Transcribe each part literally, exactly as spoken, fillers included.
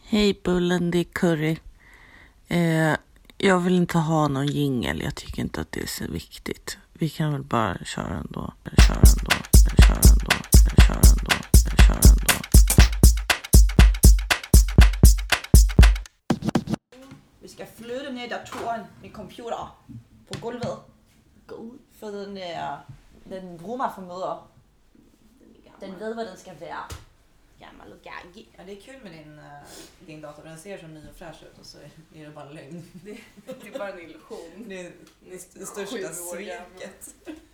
Hej Bullen, det är Curry. Eh, jag vill inte ha någon jingle. Jag tycker inte att det är så viktigt. Vi kan väl bara köra ändå. Köra ändå. Köra ändå. Köra ändå. Köra ändå. Vi ska flytte ner datorn med computer på golvet. God. För den är den brummar för möder. Den vet vad den ska vara. Gammal och gaggig. Ja, det är kul med din, uh, din dator. Den ser så ny och fräsch ut och så är det bara lögn. Det, det är bara en illusion. Det är det största sveket.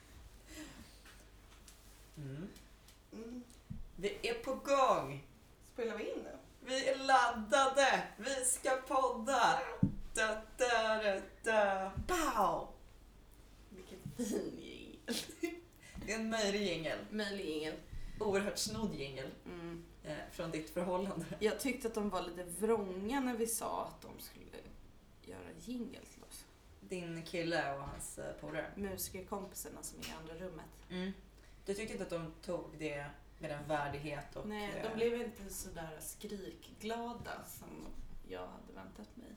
Mm. Mm. Vi är på gång. Spelar vi in nu? Vi är laddade. Vi ska podda. Da, da, da, da. Pow! Vilken fin jingel. Det är en möjlig jingel. Möjlig jingel. Oerhört snodd jingel. Mm. Eh, från ditt förhållande. Jag tyckte att de var lite vrånga när vi sa att de skulle göra jingel till oss. Din kille och hans eh, polare. Musikerkompisarna som är i andra rummet. Mm. Du tyckte inte att de tog det med en värdighet och... Nej, eh, de blev inte så där skrikglada som jag hade väntat mig.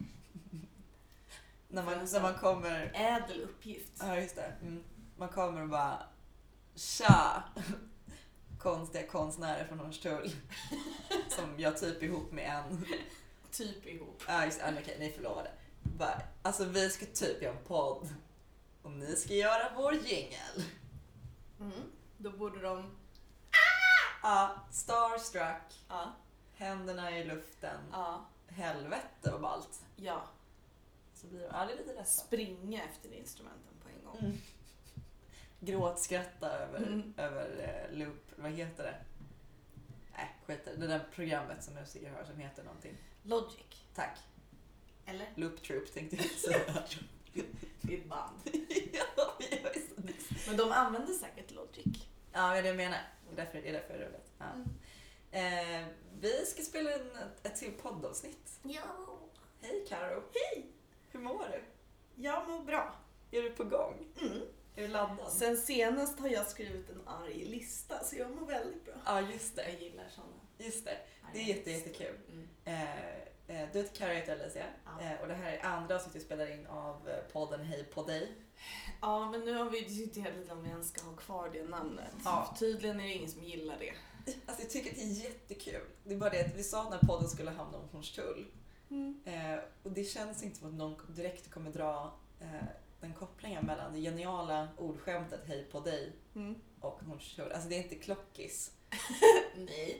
När man, när man kommer... Ädel uppgift. Ja, just det. Mm. Man kommer och bara... Tja! Konstiga konstnärer från Hornstull. Som jag typ ihop med en. Typ ihop. Ja, just det. Okej, ni förlovade. Bara, alltså vi ska typ göra en podd. Och ni ska göra vår jingle. Mm. Då borde de... Ja, starstruck. Ja. Händerna i luften. Ja. Helvete och ballt. Ja. Så blir ja, det är lite ledsamt. Springa efter instrumenten på en gång. Mm. Gråtskratta över, Mm. över eh, loop, vad heter det? Nej, skit i det. Det där programmet som musiker har som heter någonting. Logic. Tack. Eller? Loop Troop tänkte jag säga. Det är ett band. Ja, jag är så nyss. Men de använder säkert Logic. Ja, det är det jag menar. Det är därför det är därför det är roligt. Ja. Mm. Eh, vi ska spela in ett, ett till poddavsnitt. Ja. Hej Karo. Hej. Hur mår du? Jag mår bra. Är du på gång? Mm. Är du laddad? Sen senast har jag skrivit en arg lista så jag mår väldigt bra. Ja, just det. Jag gillar sådana. Just det. Det är jätte, jättekul. Mm. Eh, eh, du heter Karo, jag heter Alicia. Ja. Eh, och det här är andra avsnittet vi spelar in av eh, podden Hej på dig. Ja, men nu har vi diskuterat lite om vi ens ska ha kvar det namnet. Ja. Tydligen är det ingen som gillar det. Alltså jag tycker att det är jättekul. Det är bara det att vi sa när podden skulle hamna om Hornstull. Mm. Eh, och det känns inte som att någon direkt kommer dra eh, den kopplingen mellan det geniala ordskämtet Hej på dig Mm. och Hornstull. Alltså det är inte klockis. Nej.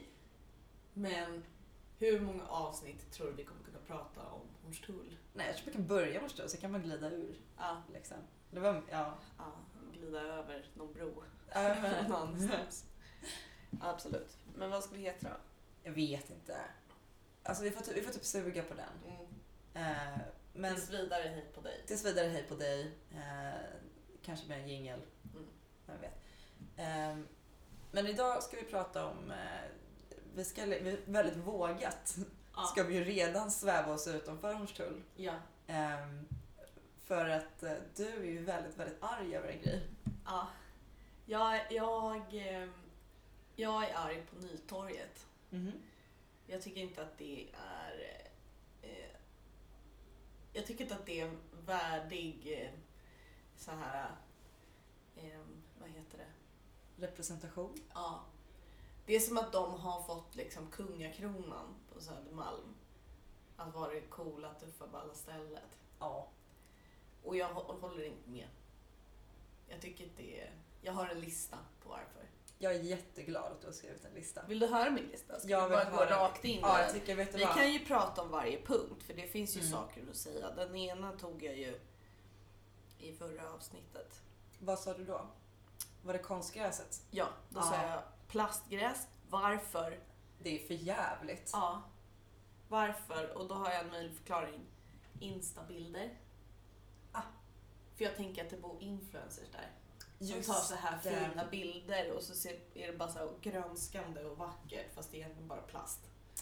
Men hur många avsnitt tror du vi kommer kunna prata om Hornstull? Nej, jag tror vi kan börja Hornstull så kan man glida ur. Ja. Liksom. Det var, ja. Ja, glida över någon bro. Äh, Någonstans. Absolut. Men vad ska vi heta då? jag vet inte. Alltså vi får, typ- vi får typ suga på den. Mm. Eh, men Tills vidare hej på dig. tills vidare Hej på dig. Eh, kanske med en jingle. Mm. Jag vet. Eh, men idag ska vi prata om... Eh, vi ska vi är väldigt vågat. Ja. Ska vi ju redan sväva oss utanför Hornstull. Ja. Eh, för att eh, du är ju väldigt, väldigt arg över en grej. Ja. Jag, jag, eh, jag är arg på Nytorget. Mhm. Jag tycker inte att det är... Eh, jag tycker inte att det är en värdig eh, så här... Eh, vad heter det? Representation. Ja. Det är som att de har fått liksom kungakronan på Södermalm. Att vara det coola, tuffa, balla stället. Ja. Och jag hå- håller inte med. Jag tycker att det är... Jag har en lista på varför. Jag är jätteglad att du har skrivit en lista. Vill du höra min lista? Ska Jag vi vill bara gå höra. rakt in Ja, i jag den? tycker, vet du Vi vad? kan ju prata om varje punkt, för det finns ju Mm. saker att säga. Den ena tog jag ju i förra avsnittet. Vad sa du då? Var det konstgräset? Ja, då Ja. sa jag plastgräs. Varför? Det är för jävligt. Ja. Varför? Och då har jag en möjlig förklaring. Instabilder. Ah. För jag tänker att det bor influencers där. Som Just tar så här det. fina bilder och så ser, är det bara så här grönskande och vackert fast det är egentligen bara plast.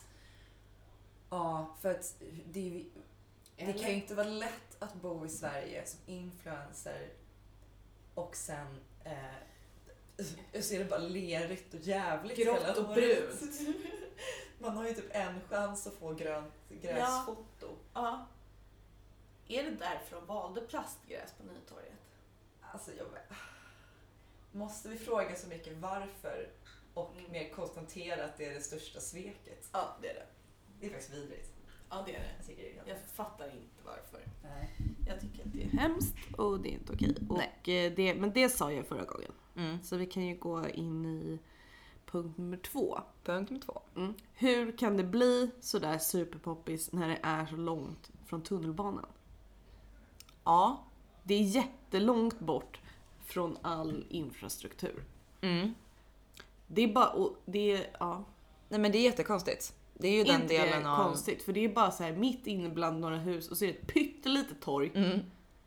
Ja, för att det, är ju- det Eller? kan ju inte vara lätt att bo i Sverige som influencer och sen eh, så är det bara lerigt och jävligt Grått hela och året. brunt. Man har ju typ en chans att få grönt gräsfoto. Ja. Är det därför de valde plastgräs på Nytorget? Alltså jag vet. Måste vi fråga så mycket varför och Mm. mer konstatera att det är det största sveket? Ja, det är det. Det är faktiskt vidrigt. Ja, det är det. Jag tycker det är helt... Jag fattar inte varför. Nej. Jag tycker att det är hemskt och det är inte okej. Och eh, det, men det sa jag förra gången. Mm. Så vi kan ju gå in i punkt nummer två. Punkt nummer två. Mm. Hur kan det bli sådär superpoppis när det är så långt från tunnelbanan? Ja, det är jättelångt bort från all infrastruktur. Mm. Det är bara, och det är, ja. Nej men det är jättekonstigt. Det är ju den Inte delen det av... konstigt, för det är bara så här mitt inne bland några hus och så är det ett pyttelitet torg Mm.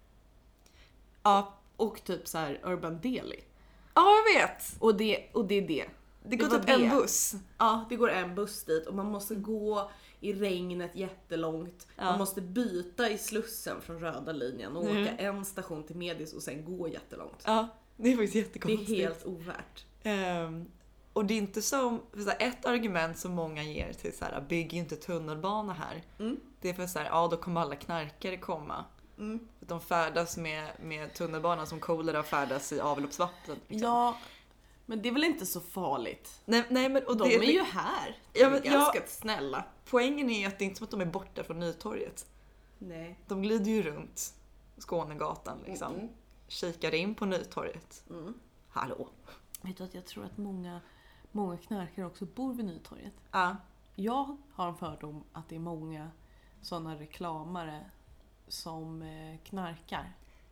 Ja. och typ så här Urban Deli. Ja, jag vet. Och det, och det är det. Det går var typ det. en buss. Ja, det går en buss dit och man måste gå i regnet jättelångt. Ja. Man måste byta i Slussen från röda linjen och Mm. åka en station till Medis och sen gå jättelångt. Ja, det är faktiskt Det är jättekonstigt. helt ovärt. Ehm, och det är inte som för så här, ett argument som många ger till så här, bygg inte tunnelbana här. Mm. Det är för så här, ja då kommer alla knarkare komma. Mm. För de färdas med, med tunnelbanan som kolera färdas i avloppsvatten. Liksom. Ja, men det är väl inte så farligt. Nej, nej men och De det, är ju här. Ja, De men är ganska snälla. poängen är ju att det är inte som att de är borta från Nytorget. Nej. De glider ju runt Skånegatan liksom. Mm. Kikar in på Nytorget. Mm. Hallå. Vet du att jag tror att många, många knarkare också bor vid Nytorget. Ja. Jag har en fördom att det är många sådana reklamare som eh, knarkar.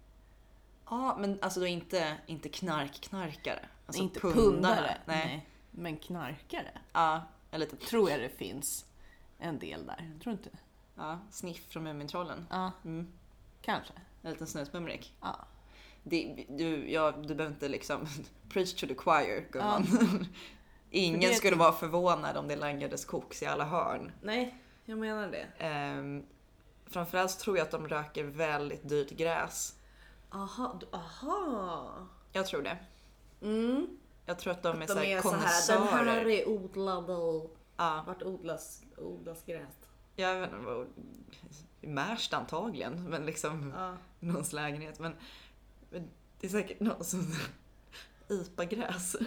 Ja, men alltså då inte, inte knark-knarkare. Alltså Inte pundarna. pundare. Nej. Nej. Men knarkare. Ja, en liten Tror jag det finns en del där. Tror du inte? ja, sniff från Mumintrollen. Ja, Mm. kanske. En liten snusmumrik. Ja. Det, du, ja, du behöver inte liksom preach to the choir, gumman. Ingen För det- skulle vara förvånad om det langades koks i alla hörn. Nej, jag menar det. Ehm, framförallt så tror jag att de röker väldigt dyrt gräs. Aha, du- aha. Jag tror det. Mm. Jag tror att de är, De så här är så här, konnässörer. den här är odlad och Ja, vart odlas, odlas gräs? jag vet inte, vad- i Märsta antagligen, men liksom Ja. någons lägenhet. Men, men det är säkert någon som ipa-gräs.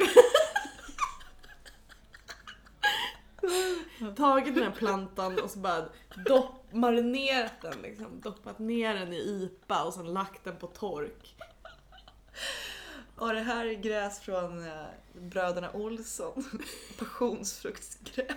Tagit den här plantan och så bara dopp, marinerat den liksom, doppat ner den i I P A och sen lagt den på tork. Och det här är gräs från eh, bröderna Olsson. Passionsfruktsgräs.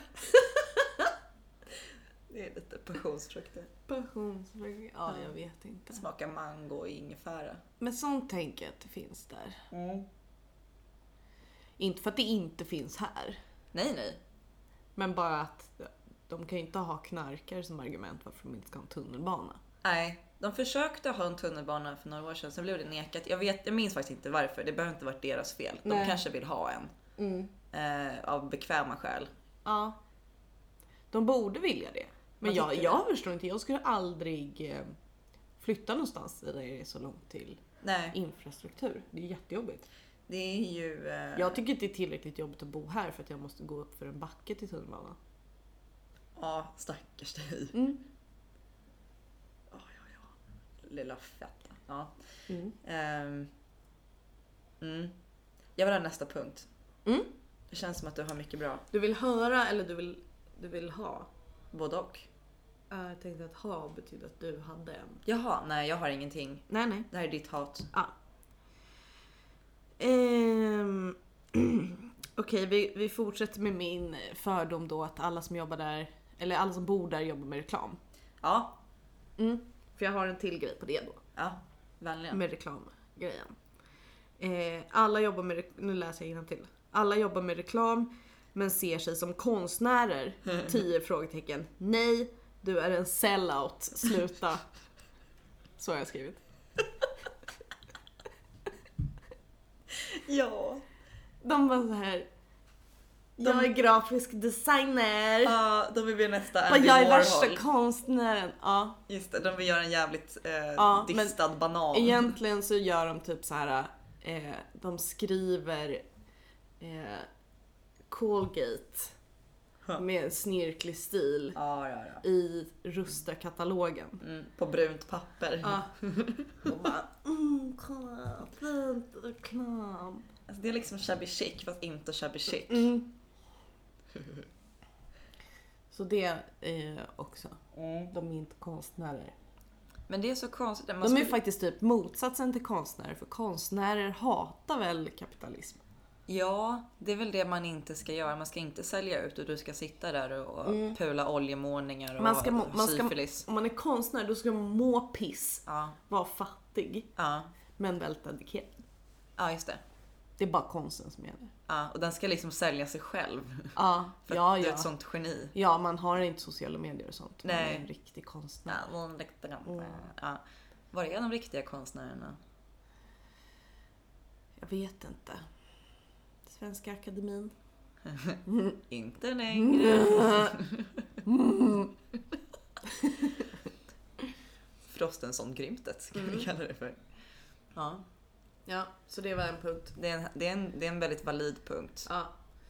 Det är lite passionsfrukter. Passionsfrukt, ja jag vet inte. Smakar mango och ingefära. Men sånt tänker jag att det finns där. Inte för att det inte finns här. Nej, nej. Men bara att de kan ju inte ha knarkare som argument varför de inte ska ha en tunnelbana. Nej, de försökte ha en tunnelbana för några år sedan, så blev det nekat. Jag, vet, jag minns faktiskt inte varför, det behöver inte varit deras fel. De Nej. kanske vill ha en. Eh, av bekväma skäl. Ja. De borde vilja det. Men Man jag, tycker jag förstår inte, jag skulle aldrig eh, flytta någonstans där det är så långt till Nej, infrastruktur. Det är jättejobbigt. det är ju... Eh, Jag tycker inte det är tillräckligt jobbigt att bo här för att jag måste gå upp för en backe till tunnelbanan. Ja, stackars dig. Mm. Ja, ja, ja. Lilla fetta. Ja. Mm. Ehm, mm. Jag vill ha nästa punkt. Mm. Det känns som att du har mycket bra. Du vill höra eller du vill, du vill ha? Både och. Uh, jag tänkte att ha betyder att du hade en. Jaha, nej jag har ingenting. Nej, nej. Det här är ditt hat. Ja. Ehm, Okej, vi, vi fortsätter med min fördom då att alla som jobbar där, eller alla som bor där jobbar med reklam. Ja, Mm. För jag har en till grej på det då. ja. Vänligen. Med reklamgrejen. Eh, alla jobbar med, re- nu läser jag innantill. Alla jobbar med reklam men ser sig som konstnärer. Tio frågetecken. Nej, du är en sellout. Sluta. Så har jag skrivit. Ja. De var så här. Jag är grafisk designer. Ja, de vill bli nästa Bara, Andy jag är Warhol. värsta konstnären. Ja. Just det, de vill göra en jävligt eh, Ja, men distad banan. Egentligen så gör de typ så här. Eh, de skriver eh, Colgate med en snirklig stil Ja, ja, ja. i Rusta-katalogen. Mm, på brunt papper. Ja. Och bara, mm, kolla, fint reklam. Alltså, det är liksom shabby chic fast inte shabby chic. Mm. Så det är också. Mm. De är inte konstnärer. Men det är så konstigt. Man De är skulle- faktiskt typ motsatsen till konstnärer. För konstnärer hatar väl kapitalism. Ja, det är väl det man inte ska göra. Man ska inte sälja ut och du ska sitta där och Mm. pula oljemålningar och Man ska, må- man ska, syfilis. om man är konstnär då ska man må piss. Ja, Vara fattig. ja, Men väldigt dedikerad. ja, just det. Det är bara konsten som gäller. Ja, och den ska liksom sälja sig själv. Ja, För ja, att du är ja. ett sånt geni. Ja, man har inte sociala medier och sånt. Man Nej. är en riktig konstnär. Ja, någon riktig- Mm. ja. Var är de riktiga konstnärerna? Jag vet inte. Svenska Akademin. Inte längre. Frostenson-grymtet kan vi kalla det för. Ja, Ja, så det var en punkt. det är en, det är en, det är en väldigt valid punkt. Ja.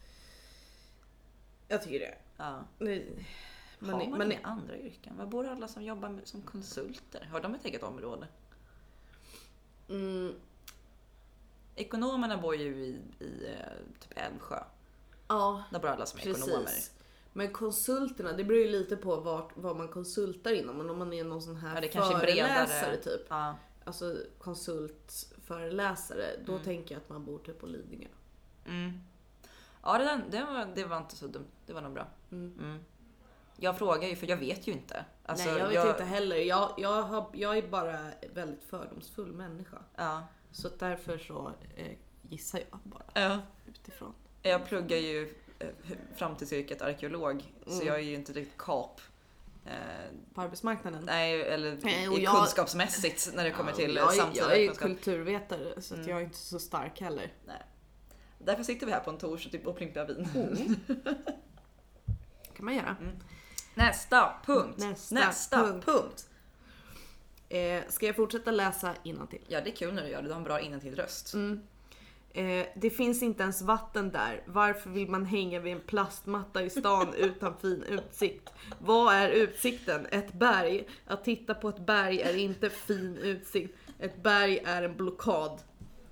Jag tycker det. Ja. det Man man har är, man, man i är, andra yrken? Vad bor alla som jobbar med, som konsulter? Har de ett eget område? mm, Ekonomerna bor ju i, i eh, typ Älvsjö. ja, Där bor alla som är ekonomer. precis. Men konsulterna, det beror ju lite på vart, vad man konsultar inom. Men om man är någon sån här Ja, det kanske är bredare. föreläsare typ. Ja. Alltså konsultföreläsare. Då Mm. tänker jag att man bor typ på Lidingö. Mm. Ja, det, där, det, var, det var inte så dumt. Det var nog bra. Mm. Mm. Jag frågar ju för jag vet ju inte. Alltså, Nej, jag vet inte heller. Jag, jag, har, jag är bara väldigt fördomsfull människa. Ja. Så därför så eh, gissar jag bara Ja. utifrån. Jag pluggar ju eh, framtidsyrket arkeolog. Så Mm. jag är ju inte riktigt kap. Eh, På arbetsmarknaden. nej, eller Nej, och i jag- kunskapsmässigt när det kommer till jag, är- samtida jag är kunskap. kulturvetare så att Mm. jag är inte så stark heller. Därför sitter vi här på en torsdag typ, och plimpar vin. kan man göra. Nästa punkt. Nästa Nästa punkt. punkt. Eh, ska jag fortsätta läsa innantill? Ja, det är kul när du gör det. Du har en bra innantill röst. Mm. Eh, det finns inte ens vatten där. Varför vill man hänga vid en plastmatta i stan utan fin utsikt? Vad är utsikten? Ett berg. Att titta på ett berg är inte fin utsikt. Ett berg är en blockad.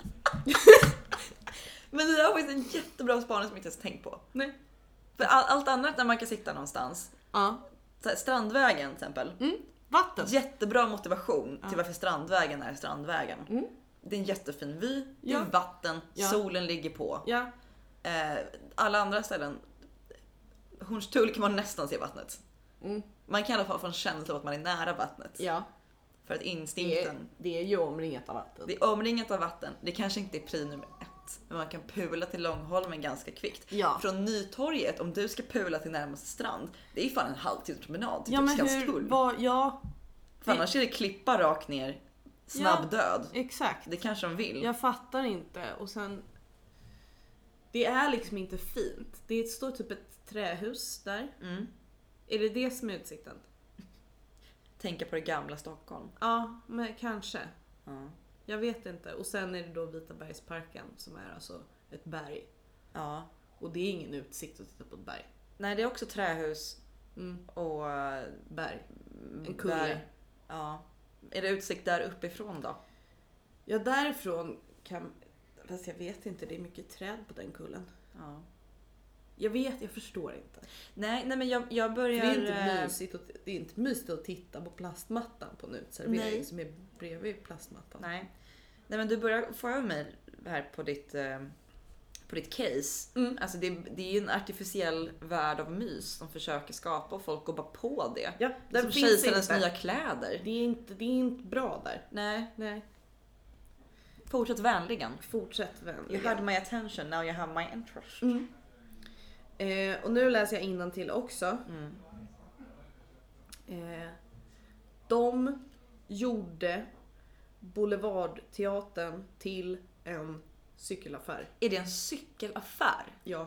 Men det där var faktiskt en jättebra spaning som jag inte ens tänkt på. Nej. För all, allt annat när man kan sitta någonstans. Ja. Så här, Strandvägen till exempel. Vatten. Jättebra motivation till varför Strandvägen är Strandvägen. Mm. Det är en jättefin vy, det Ja. är vatten, Ja. solen ligger på. Ja. Eh, alla andra ställen, Hornstull kan man nästan se vattnet. Mm. Man kan i alla fall få en känsla av att man är nära vattnet. Ja. För att Det är, instinkten, det är ju omringat av vatten. det är omringat av vatten. Det kanske inte är pri nummer ett. Men man kan pula till Långholmen ganska kvickt. Ja. Från Nytorget, om du ska pula till närmaste strand, det är fan en halvtimme promenad till Ja, typ men hur, Skanstull. vad, ja, För annars är det klippa rakt ner, snabb Ja. död. exakt. Det kanske de vill. Jag fattar inte. Och sen, det är liksom inte fint. Det står typ ett trähus där. Mm. Är det det som är utsikten? Tänka på det gamla Stockholm. Ja, men kanske. Ja. Jag vet inte. Och sen är det då Vitabergsparken som är alltså ett berg. Ja. Och det är ingen utsikt att titta på ett berg. Nej, det är också trähus Mm. och eh, Berg. mm, En kulle. berg. Ja. Är det utsikt där uppifrån då? Ja, därifrån kan... Fast jag vet inte, det är mycket träd på den kullen. Ja. Jag vet, jag förstår inte. Nej, nej men jag, jag För börjar... det är inte eh, mysigt att, det är inte mysigt att titta på plastmattan på en uteservering Nej. som är bredvid plastmattan. Nej. Nej, men du börjar få över mig här på ditt, eh, på ditt case. Mm. Alltså det, det är ju en artificiell värld av mys som försöker skapa och folk går bara på det. Ja, Det är den som finns kejsarens inte. nya kläder. Det är inte, det är inte bra där. Nej, Nej, fortsätt vänligen. fortsätt You vänligen. had my attention, now you have my interest. Mm. Eh, och nu läser jag innantill också. Mm. Eh, de gjorde Boulevardteatern till en cykelaffär. Är det en cykelaffär? Ja.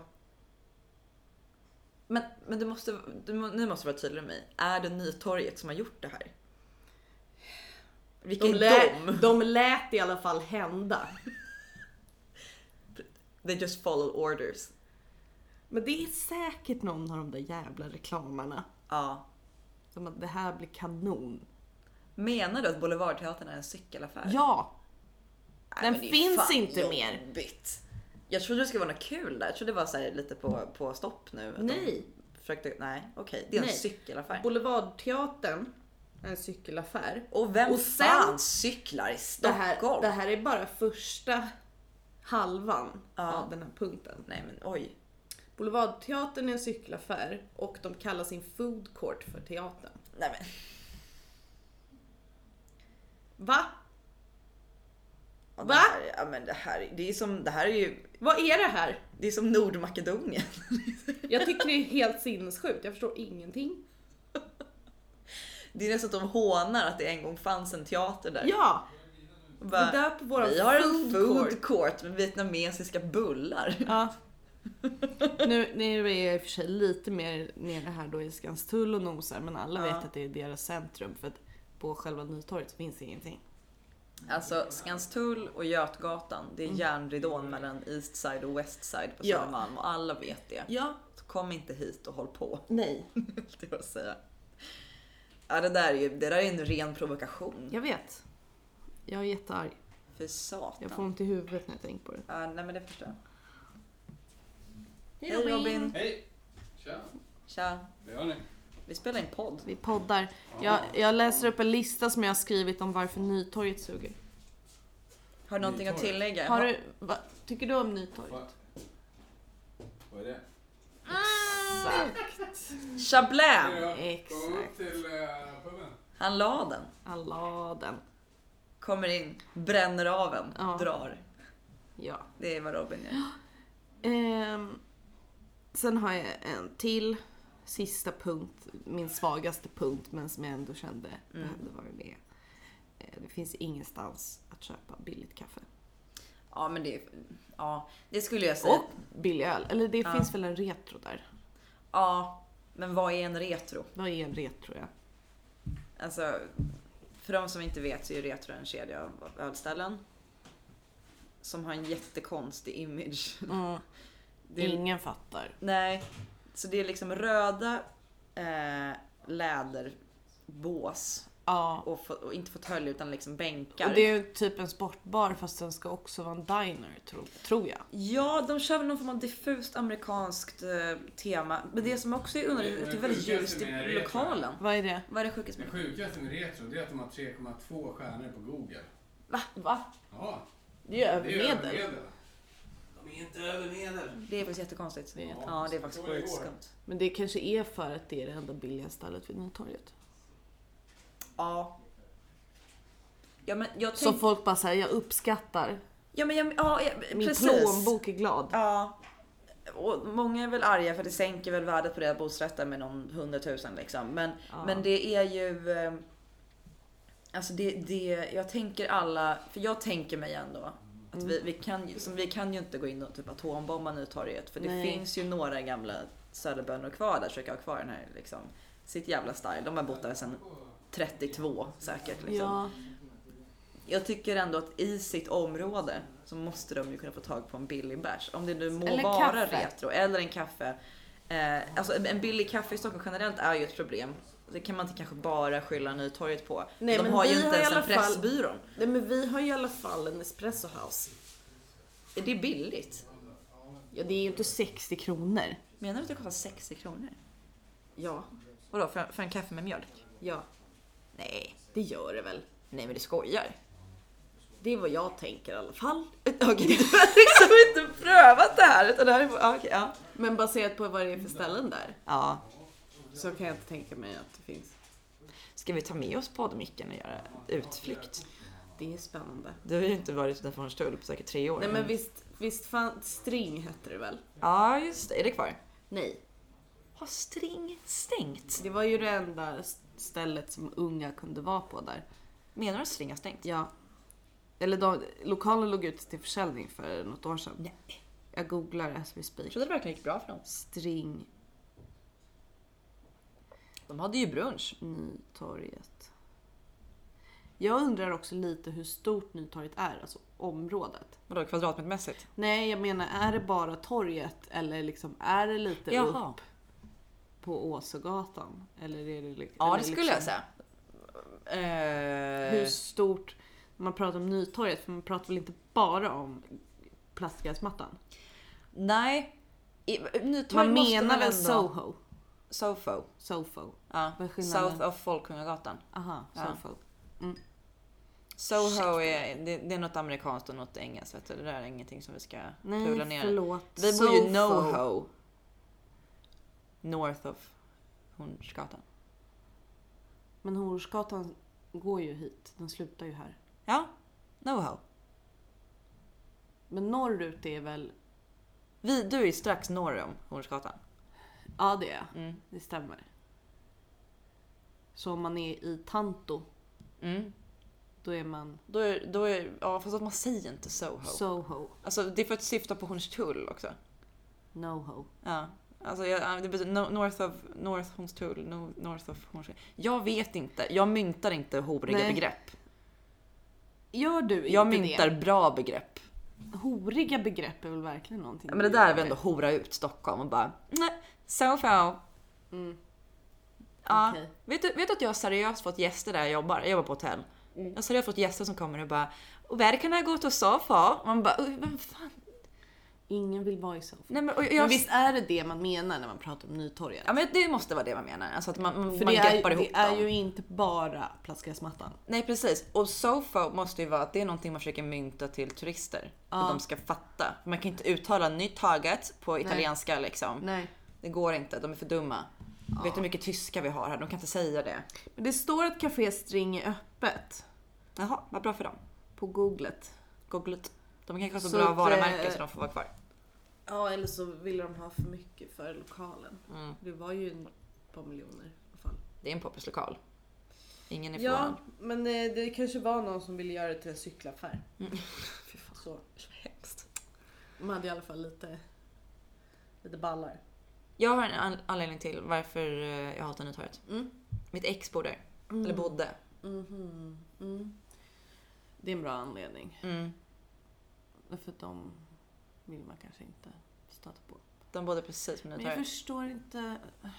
Men, men du måste, du, må- nu måste du vara tydlig med mig. Är det Nytorget som har gjort det här? Vilka De, är lät, de? de lät i alla fall hända. They just follow orders. Men det är säkert någon av de där jävla reklamerna. Ja. Som att det här blir kanon. Menar du att Boulevardteatern är en cykelaffär? Ja! Nej, Den men det är finns fan inte mer. jobbigt. Jag trodde det skulle vara något kul där. Jag trodde det var så här lite på, på stopp nu. att Nej. de Försökte, nej, okej. Det är en Nej. cykelaffär. Boulevardteatern är en cykelaffär. Och vem Och sen- fan cyklar i Det Stockholm? här, det här är bara första halvan Ja. av den här punkten. Nej men oj. Boulevardteatern är en cykelaffär och de kallar sin food court för teatern. Nej men. Va? Ja, det Va? här, ja, men det här, det är som, det här är ju, Vad är det här? det är som Nordmakedonien. Jag tycker det är helt sinnessjukt. Jag förstår ingenting. Det är nästan att de hånar att det en gång fanns en teater där. Ja! Bara, Vi döper våran vi har en food food court. court med vietnamesiska bullar. Ja. Nu, nu är jag i och för sig lite mer nere här då i Skanstull och nosar, men alla Ja. vet att det är deras centrum för att på själva Nytorget finns ingenting. Alltså Skanstull och Götgatan, det är järnridån mellan East Side och West Side på Ja. Södermalm och alla vet det. Ja. Så kom inte hit och håll på. Nej. Det var att säga. Ja, det där är ju, det där är en ren provokation. Jag vet. Jag är jättearg. För satan. Jag får ont i huvudet när jag tänker på det. Ja, nej men det förstår jag. Hej Hej Robin. Hej! Tja! Tja. Det gör ni. Vi spelar in podd. Vi poddar. Jag, jag läser upp en lista som jag har skrivit om varför Nytorget suger. Har du någonting att Nytorget. tillägga? Har du, va, tycker du om Nytorget? Vad, vad är det? Chablä! Gå upp Exakt. till uh, puben. Han la den. Alla den. Kommer in, bränner av en, Ja. drar. Ja. Det är vad Robin gör. Ehm, sen har jag en till sista punkt, min svagaste punkt, men som jag ändå kände Mm. behövde vara med. Eh, Det finns ingenstans att köpa billigt kaffe. Ja men det, ja, det skulle jag säga. Och billig öl. Eller det Ja. finns väl en retro där. Ja, men vad är en retro? Vad är en retro? Ja? Alltså, för de som inte vet så är retro en kedja av ölställen. Som har en jättekonstig image. Mm. Det är, Ingen fattar. nej, så det är liksom röda eh, läderbås. Ja. Och, få, och inte fåtölj utan liksom bänkar. Och det är ju typ en sportbar fast den ska också vara en diner, tro, tror jag. Ja, de kör väl någon form av diffust amerikanskt eh, tema. Men det som också är underligt är att det är väldigt ljust i lokalen. Vad är det? Vad är det sjukaste Det med? sjukaste med retro det är att de har tre komma två stjärnor på Google. Va? Va? Ja, Det är det är övermedel. övermedel. De är inte övermedel. Det är faktiskt jättekonstigt. Det är jätte- Ja, det är faktiskt Så var det igår. skitskumt. Men det kanske är för att det är det enda billiga stället vid Nytorget. Ja. Ja, men jag Så tänk... folk bara säger jag uppskattar. Ja, men jag... Ja, ja, Min precis. plånbok är glad. Ja. Och många är väl arga för det sänker väl värdet på deras bostadsrätter med någon hundratusen liksom. Men, Ja. men det är ju... eh, Alltså det, det... Jag tänker alla... För jag tänker mig ändå att Mm. vi, vi, kan, ju- som vi kan ju inte gå in och typ atombomba Nytorget. För det Nej. finns ju några gamla söderbönder kvar där. Försöker ha kvar den här liksom... Sitt jävla style. De har bott där sedan trettiotvå säkert liksom. Ja. Jag tycker ändå att i sitt område så måste de ju kunna få tag på en billig bärs. Om det nu må Eller vara kaffe. retro eller en kaffe. Eh, alltså en billig kaffe i Stockholm generellt är ju ett problem. Det kan man inte kanske bara skylla Nytorget på. Nej, de men har ju vi inte har i ens en alla fall- pressbyrån. Nej, men vi har i alla fall en espresso house. Är det billigt? Ja, det är ju inte sextio kronor. Menar du att det kostar sextio kronor? Ja. Vadå, för, för en kaffe med mjölk? Ja, Nej. det gör det väl. Nej men det skojar. Det är vad jag tänker i alla fall. Okej, du har liksom inte prövat det här. Utan det här är, ja, okej, ja. Men baserat på vad det är för ställen där ja. så kan jag inte tänka mig att det finns. Ska vi ta med oss poddmicken och göra utflykt? Det är spännande. Du har ju inte varit utanför Hornstull på säkert tre år. Nej, men visst, visst fan, String hette det väl? Ja, just det. Är det kvar? Nej, Har String stängt? det var ju det enda stället som unga kunde vara på där. Menar du att String har stängt? Ja. Eller de, lokalen låg ut till försäljning för något år sedan. Nej. Jag googlar as we speak. Jag trodde det verkligen gick bra för dem. String De hade ju brunch. Nytorget. Jag undrar också lite hur stort Nytorget är, alltså området. Vadå, kvadratmetermässigt? Nej, jag menar, är det bara torget eller liksom är det lite Jaha. upp på Åsögatan? Eller är det liksom, Ja, eller det skulle liksom, jag säga. Eh, Hur stort, när man pratar om Nytorget, för man pratar väl inte bara om plastgräsmattan? Nej. I, Nytorget Man måste menar väl ändå- Soho? Sofo. Sofo. Ja. Vad är skillnaden? South of Folkungagatan. Aha, Ja. Sofo. Soho är, det, det är något amerikanskt och något engelskt. Vet du? Det där är ingenting som vi ska pula Nej, ner. förlåt. Vi bor ju Sofo. NoHo. North of Hornsgatan. Men Hornsgatan går ju hit. Den slutar ju här. Ja, NoHo. Men norrut är väl... Vi, du är ju strax norr om Hornsgatan. Ja, det är Mm. det. Stämmer. Så om man är i Tanto, Mm. då är man Då är, då är, ja fast att man säger inte Soho. Soho. Alltså det är för att syfta på Hornstull också. NoHo. Ja. Alltså jag, det betyder no, North of North Hornstull, no, North of Hornstull. Jag vet inte. Jag myntar inte horiga Nej. begrepp. Gör du inte Jag myntar bra begrepp. det? Horiga begrepp är väl verkligen någonting. Ja, men det du där är gör väl ändå med. hora ut Stockholm och bara nej, Soho. Mm. Ja. Okej. Vet du, vet du att jag har seriöst fått gäster där jag jobbar? Jag jobbar på hotell. Mm. Jag har seriöst fått gäster som kommer och bara och where can I go to Sofa? Man bara vem fan? Ingen vill vara i Soho. Nej, men, och jag, Men visst är det det man menar när man pratar om Nytorget? Ja men det måste vara det man menar. Alltså att man, man, För man det är, greppar ihop det är dem. ju inte bara plastgräsmattan. Nej precis. Och Sofa måste ju vara att det är någonting man försöker mynta till turister. Ja. Att de ska fatta. Man kan inte uttala Nytorget på italienska liksom. Nej. Det går inte, de är för dumma. Vet du hur mycket tyska vi har här? De kan inte säga det. Men det står att Café String är öppet Jaha, vad bra för dem. på googlet. Googlet. De kanske har så, Så bra att, varumärken eh, så de får vara kvar. Ja, eller så vill de ha för mycket för lokalen. Mm. Det var ju ett par miljoner i alla fall. Det är en poppis lokal. Ingen är Ja, förvånad. men eh, det kanske var någon som ville göra det till en cykelaffär. Mm. Fy fan, Så. så hemskt. De hade i alla fall lite, lite ballar. Jag har en an- anledning till varför eh, jag hatar Nytorget. Mm. Mitt ex bor där. Eller bodde. Mhm. Mm. Det är en bra anledning. Mm. För att de vill man kanske inte stöta på. De bodde precis med Men jag Nytorget. förstår inte.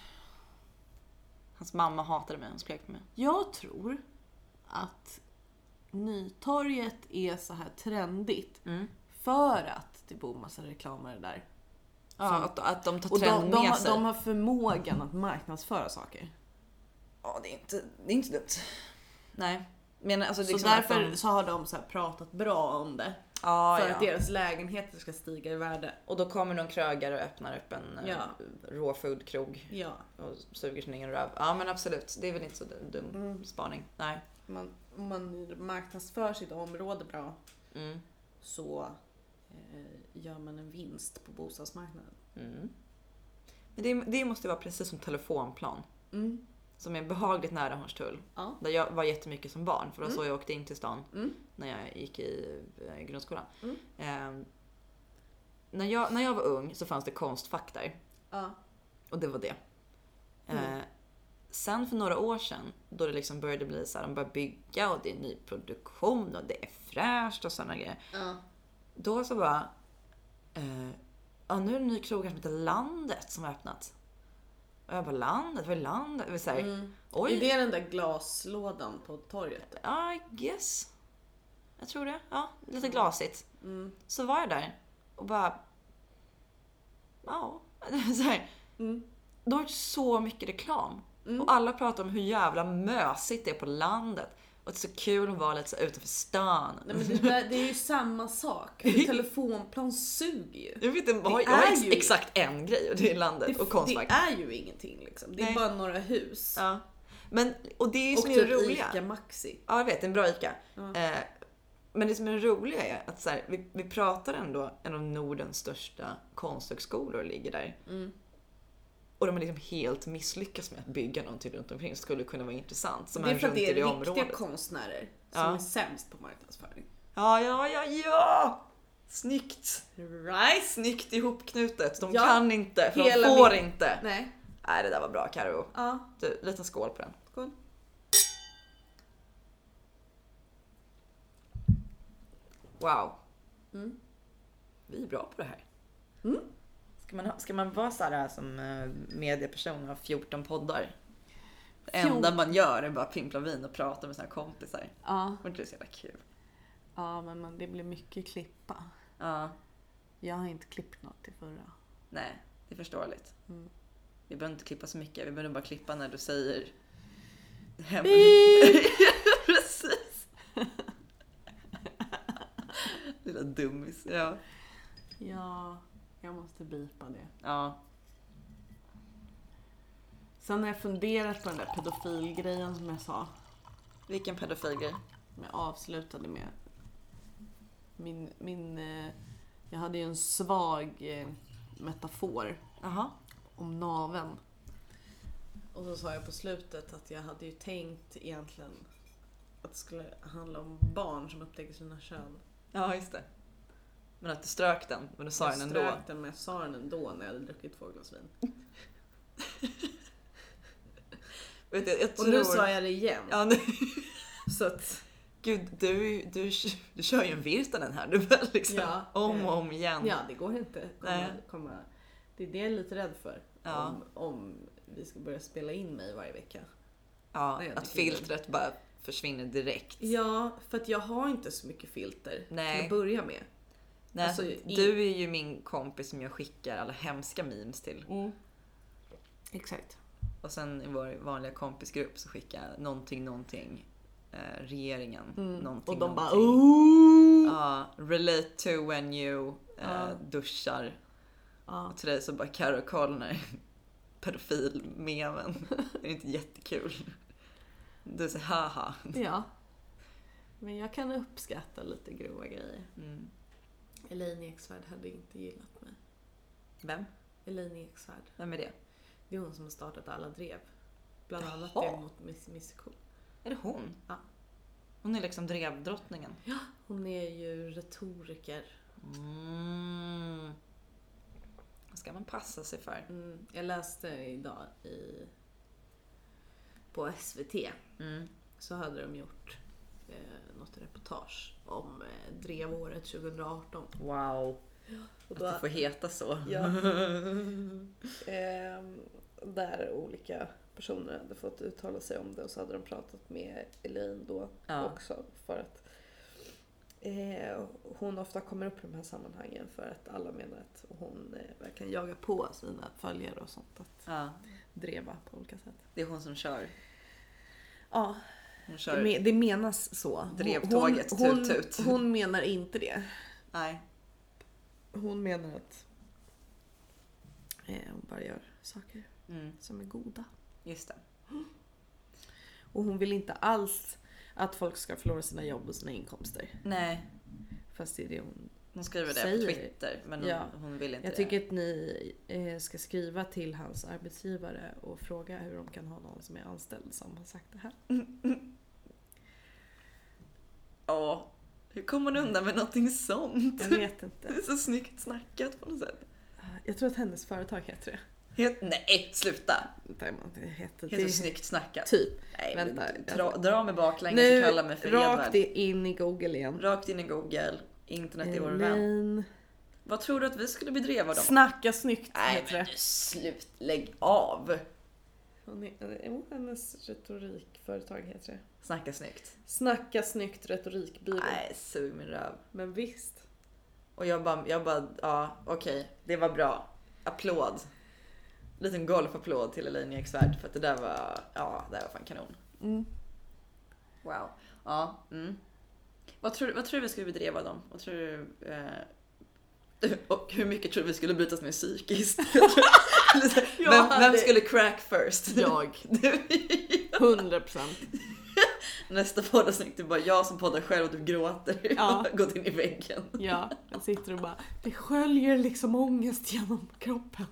Hans mamma hatade mig, hon skrek på mig. Jag tror att Nytorget är så här trendigt Mm. för att det bor massa reklamare där. Ja, Som- att, att de tar Och trend de, de, med har- sig. de har förmågan att marknadsföra saker. Ja, det är inte, det är inte dumt. Nej. Men alltså, det är Så liksom att därför de, så har de så här pratat bra om det. ja, för ja. att deras lägenheter ska stiga i värde. Och då kommer någon krögare och öppnar upp en Ja. ja. raw food krog Ja, och suger sin egen röv. Ja men absolut, det är väl inte så dum Mm. spaning. Nej. man, om man marknadsför sitt område bra Mm. så eh, gör man en vinst på bostadsmarknaden. Mm. Men det, det måste vara precis som telefonplan. Mm. Som är behagligt nära Hornstull. Ja. Där jag var jättemycket som barn. För det var Mm. så jag åkte in till stan. Mm. När jag gick i eh, grundskolan. Mm. Eh, när, jag, när jag var ung så fanns det Konstfack där. Ja. Och det var det. Mm. Eh, sen för några år sedan, då det liksom började bli så här, de började bygga och det är nyproduktion och det är fräscht och sådana grejer. Ja. Då så bara, eh, ja nu är det en ny krog här som heter Landet som har öppnat. Och jag bara, Landet? Vad är Landet? Vi säger, Mm. oj, Är det den där glaslådan på torget? I guess. Jag tror det, ja, lite glasigt. Mm. Så var jag där och bara, ja, så här. Mm. Då har det så mycket reklam. Mm. Och alla pratar om hur jävla mösigt det är på landet. Och det är så kul att vara lite så utanför stan. Nej, men det, där, det är ju samma sak. För telefonplan suger ju. Jag vet inte, jag har, Det jag har är ex, ju- exakt en grej och det är landet Det, och Konstfack. det är ju ingenting liksom. Det är Nej. bara några hus. Ja. Men, och det är ju Och som är typ det roliga. Ica Maxi. Ja, jag vet, en bra Ica. Ja. Eh, men det som är det roliga är att så här, vi, vi pratar ändå en av Nordens största konsthögskolor ligger där. Mm. Och de har liksom helt misslyckats med att bygga någonting runt omkring som skulle kunna vara intressant. Som Det är för att runt det i det är riktiga området. konstnärer som Ja. är sämst på marknadsföring. Ja, ja, ja, ja! Snyggt! Right? Snyggt ihopknutet. De Ja, kan inte, för de hela får min- inte. Nej. Nej, det där var bra, Karo. Ja, Du, liten skål på den. skål. Wow. Mm. Vi är bra på det här. Mm. Ska man, ha, ska man vara så här som eh, medieperson och ha fjorton poddar? Det enda man gör är bara pimpla vin och prata med sina kompisar. Ja. Och det är så jävla kul. Ja, men man, det blir mycket klippa. Ja. Jag har inte klippt något till förra. Nej, det är förståeligt. Mm. Vi behöver inte klippa så mycket. Vi behöver bara klippa när du säger hem. Precis. Lilla dummis. Ja. Ja, jag måste bipa det. Ja. Sen har jag funderat på den där pedofilgrejen som jag sa. Vilken pedofilgrej? Som jag avslutade med. Min, min, eh, jag hade ju en svag eh, metafor Jaha. om naveln. Och så sa jag på slutet att jag hade ju tänkt egentligen att det skulle handla om barn som upptäcker sina kön. Ja, just det. Men att du strök den, men du sa jag den ändå. Jag strök den, men jag sa den ändå när jag hade druckit två glas vin. Vet jag, jag tror... Och nu sa jag det igen. Ja, nu... Så att... Gud, du, du, du kör ju en Virtanen här. Du väl liksom Ja, om och om igen. Ja, det går inte. Komma, Nej. komma. Det är det jag är lite rädd för. Ja. Om, om vi ska börja spela in mig varje vecka. Ja, Nej, jag att tycker filtret bara försvinner direkt. Ja, för att jag har inte så mycket filter Nej. till att börja med. Nej, Alltså, i- du är ju min kompis som jag skickar alla hemska memes till. Mm. Exakt. Och sen i vår vanliga kompisgrupp så skickar jag någonting, någonting. Eh, regeringen, Mm. någonting, Och de bara någonting. ooh! Ja, relate to when you eh, Ja. duschar. Ja. Och till dig så bara Karo och Karl den här pedofil-memen. Det är inte jättekul. Du säger haha. Ja. Men jag kan uppskatta lite grova grejer. Mm. Elaine Eksvärd hade inte gillat mig. Vem? Elaine Eksvärd. Vem är det? Det är hon som har startat alla drev. Bland annat Jaha. det mot Miss Missiko. Är det hon? Ja. Hon är liksom drevdrottningen. Hon är ju retoriker. Mm. Vad ska man passa sig för? Mm, jag läste idag i, på S V T Mm. så hade de gjort eh, något reportage om eh, drevåret tjugo arton. Wow. Och Att det får heta så. Ja. ehm, där olika personer hade fått uttala sig om det och så hade de pratat med Elaine då Ja. också för att eh, hon ofta kommer upp i de här sammanhangen för att alla menar att hon eh, verkligen jagar på sina följare och sånt att Ja. dreva på olika sätt. Det är hon som kör. Ja, Hon det, kör. me- det menas så. Hon- Drevtåget, hon, tut, tut. hon, hon menar inte det. Nej. Hon menar att eh, hon bara gör saker Mm. som är goda. Just det. Och hon vill inte alls att folk ska förlora sina jobb och sina inkomster. Nej. Fast det är det hon... Hon skriver det Säger. på Twitter. Men hon, Ja. hon vill inte Jag det. tycker att ni eh, ska skriva till hans arbetsgivare och fråga hur de kan ha någon som är anställd som har sagt det här. Ja. Hur kommer man undan med någonting sånt? Jag vet inte. Det är så snyggt snackat på något sätt. Jag tror att hennes företag heter det. Helt, nej, sluta. Det heter Helt så snyggt snackat. Typ. Nej, Vänta. men dra, dra mig baklänges Nu, och kalla mig för rakt Edvard. in i Google igen. Rakt in i Google. Internet är vår vän. Elaine. Vad tror du att vi skulle bedriva då? Snacka snyggt Nej heter men det. du, slut, lägg av. Hon är, oh, hennes retorikföretag heter det. Snacka snyggt. Snacka snyggt retorikbyrå. Nej, sug min röv. Men visst. Och jag bara, jag bara ja okej, det var bra. Applåd. Liten golfapplåd till Elaine Eksvärd för att det där var, ja det där var fan kanon. Mm. Wow. Ja, mm. Vad tror, vad tror du vi skulle bedriva dem? Vad tror du, eh, och hur mycket tror du vi skulle brytas med psykiskt? Jag vem, hade- vem skulle crack first? Jag. Du. Hundra procent. Nästa poddavsnitt är bara jag som poddar själv och du gråter. Ja. Gått in i väggen. Ja, jag sitter och bara, det sköljer liksom ångest genom kroppen.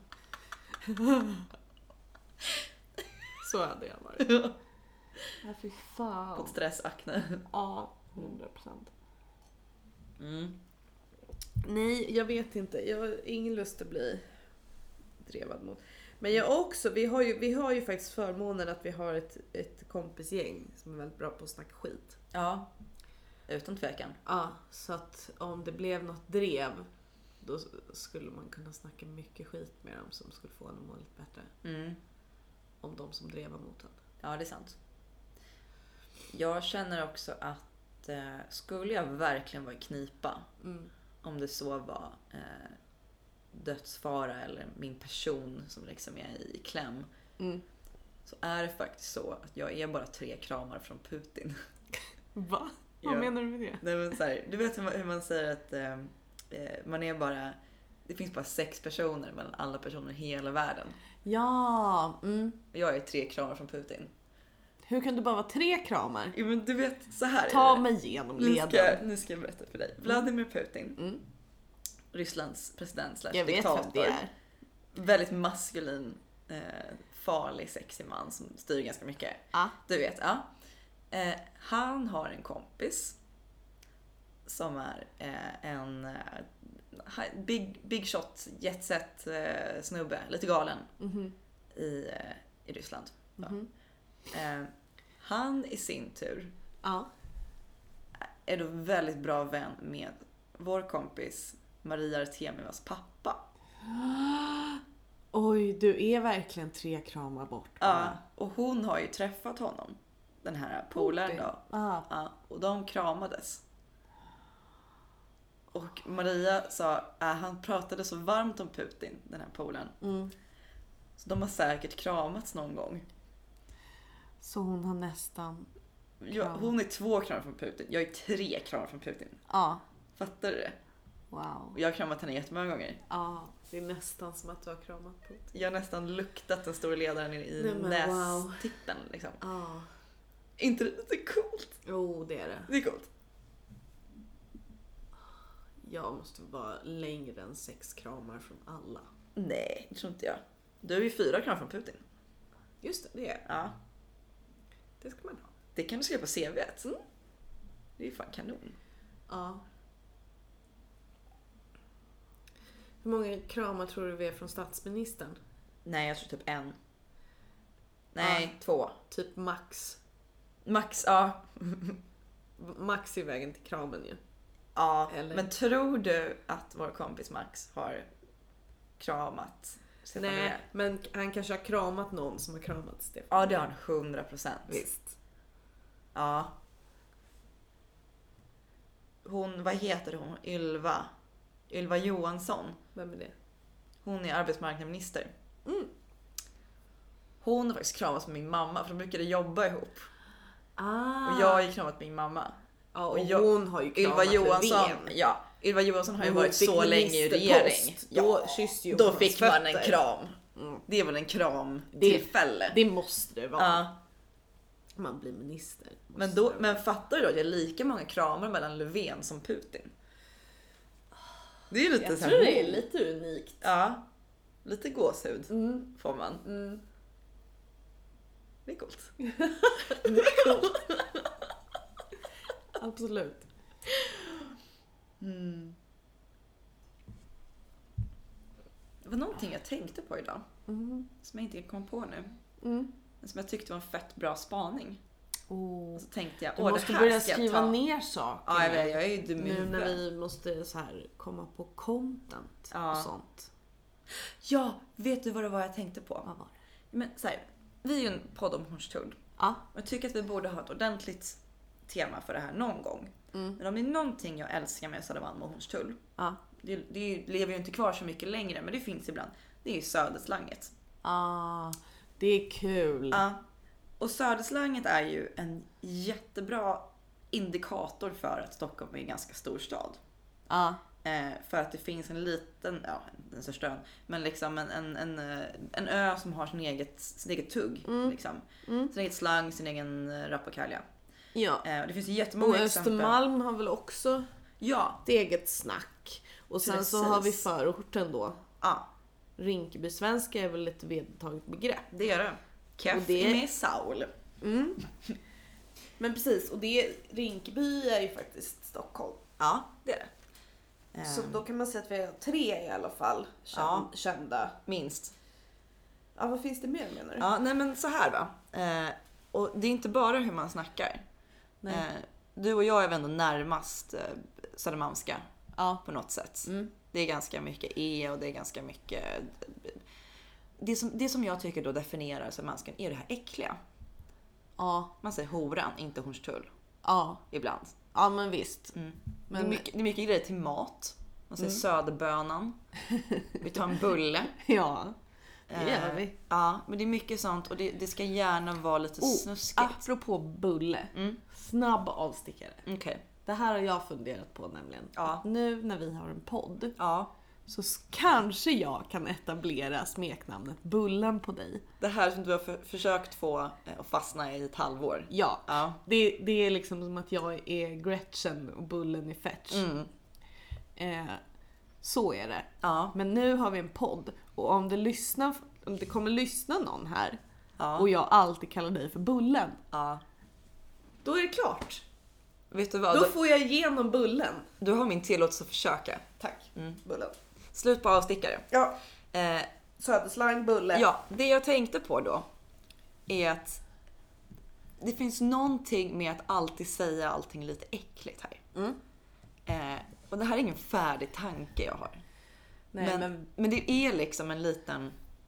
Så hade jag varit. Ja, fy fan. Fått stressakne. Ja, hundra procent. Mm. Nej, jag vet inte. Jag har ingen lust att bli drevad mot. Men jag också, vi har ju, vi har ju faktiskt förmånen att vi har ett, ett kompisgäng som är väldigt bra på att snacka skit. Ja. Utan tvekan. Ja, så att om det blev något drev, då skulle man kunna snacka mycket skit med dem som skulle få en att må lite bättre. Mm. Om de som drev emot en. Ja, det är sant. Jag känner också att eh, skulle jag verkligen vara i knipa, Mm. om det så var eh, dödsfara eller min person som liksom är i kläm, Mm. så är det faktiskt så att jag är bara tre kramar från Putin. Va? Vad Ja. menar du med det? Nej, men så här, du vet hur man, hur man säger att eh, eh, man är bara, det finns bara sex personer mellan alla personer i hela världen. Ja, mm. Jag är tre kramar från Putin. Hur kan du bara vara tre kramar? Ja, men du vet, så här Ta är det. mig igenom Nu ska, leden. nu ska jag berätta för dig. Vladimir Putin, Mm. Rysslands president slash Jag vet diktator. vem det är. Väldigt maskulin, eh, farlig, sexig man som styr ganska mycket. Ja. Du vet, ja. Eh, han har en kompis som är eh, en eh, big, big shot, jetset eh, snubbe, lite galen Mhm. i, eh, i Ryssland. Ja. Mhm. Eh, han i sin tur Ja. är då väldigt bra vän med vår kompis Maria Artemivas pappa. Oj, du är verkligen tre kramar bort. Ja, och hon har ju träffat honom, den här polaren då. Ja. Ja, och de kramades. Och Maria sa att han pratade så varmt om Putin, den här polaren. Mm. Så de har säkert kramats någon gång. Så hon har nästan... Jag, hon är två kramar från Putin, jag är tre kramar från Putin. Ja. Fattar du det? Wow. Och jag har kramat henne jättemånga gånger. Ja, det är nästan som att du har kramat Putin. Jag har nästan luktat den stora ledaren i Nej, men wow. nästippen liksom. Ja. Inte det lite coolt? Jo, det är det. Det är coolt. Jag måste vara längre än sex kramar från alla. Nej, det tror inte jag. Du är ju fyra kramar från Putin. Just det, det är Ja, det ska man ha. det kan du skriva på C V:t. Mm. Det är ju fan kanon. Ja. Hur många kramar tror du vi är från statsministern? Nej, jag tror typ en. Nej, två. Typ max. Max, ja. Max är vägen till kramen ju. Ja, Eller- men tror du att vår kompis Max har kramat Stefan Nej, Löfven? men han kanske har kramat någon som har kramat Stefan. Ja, det har han hundra procent. Visst. Ja. Hon, vad heter hon? Ylva. Ylva Johansson. Vem är det? Hon är arbetsmarknadsminister. Mm. Hon har faktiskt kramat med min mamma, för de brukade jobba ihop. Ah. Och jag har ju kramat med min mamma. ja, och, och jag- hon har ju kramat Ylva Johansson, Löfven. ja, Ylva Johansson har ju Men hon varit fick så länge i regering. ministerpost. Ja, Då kysste ju då hon fick hans man en fötter. kram. Mm. Det är väl en kram Det- tillfälle. Det måste det vara. Ja, Man blir minister. Måste men, då, det men fattar du då att det är lika många kramar mellan Löfven som Putin? Det är ju lite Jag så här, tror det är lite unikt. Ja, lite gåshud Mm. får man. Mm. Det är coolt. Absolut. Mm. Det var någonting jag tänkte på idag Mm. som jag inte kom på nu. Mm. Men som jag tyckte var en fett bra spaning. Oh. Och så tänkte jag, Du åh, måste det här börja ska jag skriva ta. ner saker. Ja, jag, vet, jag är ju dum i Nu när huvudet. vi måste så här komma på content Ja. och sånt. Ja, vet du vad det var jag tänkte på? Vad var det? Men så här, vi är ju en podd om Hornstull. Ja. Och jag tycker att vi borde ha ett ordentligt tema för det här någon gång. Mm. Men om det är någonting jag älskar med Södermalm och Hornstull, Ja. det, det lever ju inte kvar så mycket längre, men det finns ibland. Det är ju söderslanget. Ah, det är kul. Ja. Och söderslanget är ju en jättebra indikator för att Stockholm är en ganska stor stad. Ja. Eh, för att det finns en liten, ja, den största ön, men liksom en, en, en, eh, en ö som har sin eget, sin eget tugg. Mm. Liksom. Mm. Sin egen slang, sin egen eh, rappakalja. Ja. Eh, och det finns ju Och jättemånga exempel. Östermalm har väl också Ja, ett eget snack. Och sen Precis. så har vi förorten då. ja, Rinkeby-svenska är väl ett vedertaget begrepp. det är det. Och Kaffe det- med Saul. Mm. Men precis, och det, Rinkeby är ju faktiskt Stockholm. Ja, det är det. Så Ehm, då kan man säga att vi har tre i alla fall känd, Ja. kända. minst. Ja, vad finns det mer menar du? Ja, nej men så här va. Eh, och det är inte bara hur man snackar. Nej. Eh, du och jag är väl ändå närmast eh, Södermalmska Ja. på något sätt. Mm. Det är ganska mycket E och det är ganska mycket... Det som, det som jag tycker då definierar Södermalmskan är det här äckliga. Ja. Man säger horan, inte Hornstull. Ja. Ibland. Ja, men visst. Mm. Men- det, är mycket, det är mycket grejer till mat. Man säger Mm. söderbönan. Vi tar en bulle. Ja, det gör Eh, vi. Ja, men det är mycket sånt och det, det ska gärna vara lite Oh, snuskigt. apropå bulle. Mm. Snabb avstickare. Okej. Det här har jag funderat på nämligen. Ja. Nu när vi har en podd Ja. så s- kanske jag kan etablera smeknamnet Bullen på dig. Det här som du har för, försökt få eh, att fastna i ett halvår. Ja, Ja. det, det är liksom som att jag är Gretchen och Bullen är Fetch. Mm. Eh, så är det. Ja. Men nu har vi en podd och om det, lyssnar, om det kommer lyssna någon här Ja. och jag alltid kallar dig för Bullen, Ja. då är det klart. Vet du vad? Då Du, får jag igenom Bullen. du har min tillåtelse att försöka. Tack. Mm. Bullen. Slut på avstickare. Ja, Eh, Söderslang, Bulle. ja, det jag tänkte på då är att det finns någonting med att alltid säga allting lite äckligt här. Mm. Eh, och det här är ingen färdig tanke jag har. Nej, men, men, men det är liksom en liten...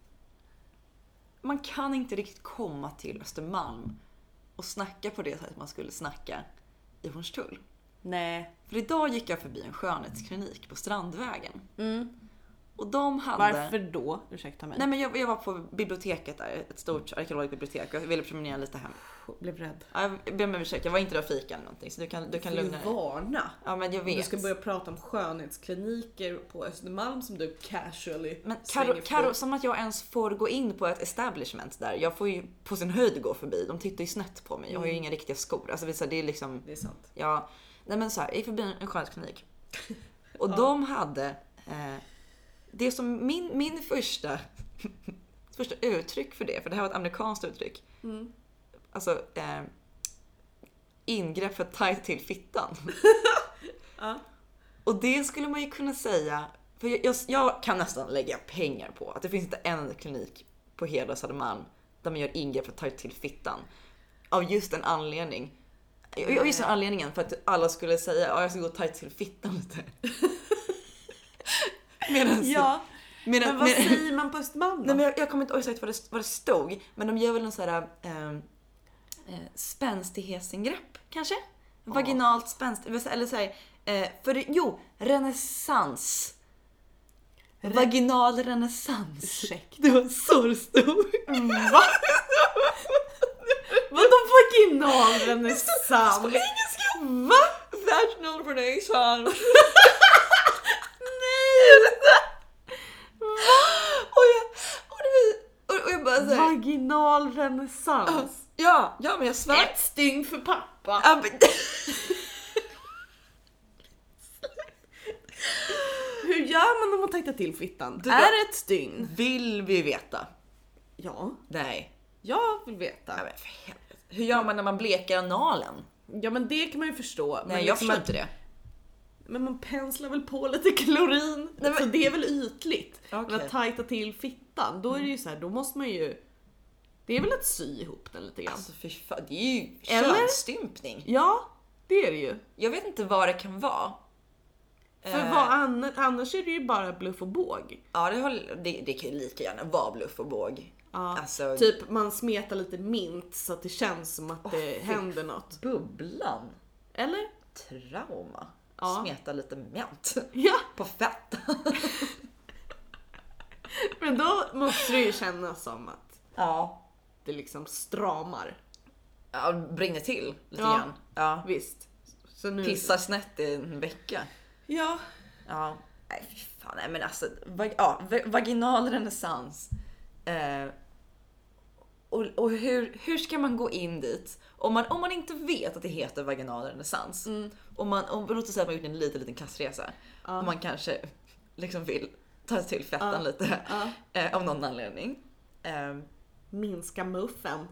Man kan inte riktigt komma till Östermalm och snacka på det sättet man skulle snacka i Hornstull. nej. För idag gick jag förbi en skönhetsklinik på Strandvägen. Mm. Och de hade... Varför då? Ursäkta mig. Nej, men jag, jag var på biblioteket där, ett stort arkeologiskt bibliotek, och jag ville promenera lite hem. Jag blev rädd. Ja, jag ber om ursäkt, jag var inte där och fika eller någonting, så du kan, du kan Du lugna dig. varna. Ja, men jag Du vet. ska börja prata om skönhetskliniker på Östermalm som du casually Men svänger Karo, förbi. Karo, som att jag ens får gå in på ett establishment där. Jag får ju på sin höjd gå förbi. De tittar ju snett på mig. Jag har ju Mm. inga riktiga skor. Alltså det är det är liksom... Det är sant. Ja, nej men så här, jag gick förbi en skönhetsklinik. Och Ja. de hade... Eh, det som min, min första... första uttryck för det, för det här var ett amerikanskt uttryck. Mm. Alltså... Eh, ingrepp för att tajta till fittan. Ja. Och det skulle man ju kunna säga, för jag, jag, jag kan nästan lägga pengar på att det finns inte en klinik på hela Södermalm där man gör ingrepp för att ta till fittan. Av just en anledning. Och just den anledningen för att alla skulle säga att jag ska gå och ta till fittan lite. Medan, Ja, medan, men vad medan, säger man på Östermalm då? nej, men jag, jag kommer inte ihåg exakt vad det, vad det stod, men de gör väl någon sån här eh, eh, spänstighetsingrepp kanske? Vaginalt spänst, eller så här, eh, för det, jo, renässans. Vaginal renässans. Ursäkta. Det var så stor. Va? Vadå vaginal renässans? På engelska. Va? Vaginal renässans. Och jag, och det, och, och jag bara såhär. Vaginal renässans. Ja, ja men jag svär. Ett stygn för pappa. Ja, men, Hur gör man om man tajtar till fittan? Du är bara- det ett stygn? vill vi veta? Ja, Nej. jag vill veta. Ja, men för helvete. Hur gör man när man blekar analen? Ja, men det kan man ju förstå. Nej, men jag liksom förstår att- inte det. Men man penslar väl på lite klorin. Nej, men- Så det är väl ytligt. Okej. Men att tajta till fittan, då är det ju så här, då måste man ju... Det är väl att sy ihop den lite grann. Alltså fy fan, det är ju Eller? könsstympning. Ja, det är det ju. Jag vet inte vad det kan vara. För Eh, vad ann- annars är det ju bara bluff och båg. Ja, det, har, det, det kan ju lika gärna vara bluff och båg. Ja. Alltså, Typ man smetar lite mint så att det känns som att Åh, det fy händer något. bubblan. Eller? Trauma. Ja. Smeta lite ment Ja, på fett. men då måste det ju kännas som att Ja. det liksom stramar. Ja, brinner till lite Ja. grann. Ja. Visst. Så nu... Pissar snett i en vecka. Ja. Ja. Nej, fy fan. Nej, men alltså. Vag- ja, va- vaginal renässans. Eh, och och hur, hur ska man gå in dit? Om man, om man inte vet att det heter vaginal renässans. Mm. Om man, om, låt oss säga att man har gjort en liten, liten klassresa. Ja. Och man kanske liksom vill ta till fettan Ja. lite. Ja. Eh, av någon anledning. Eh, Minska muffen.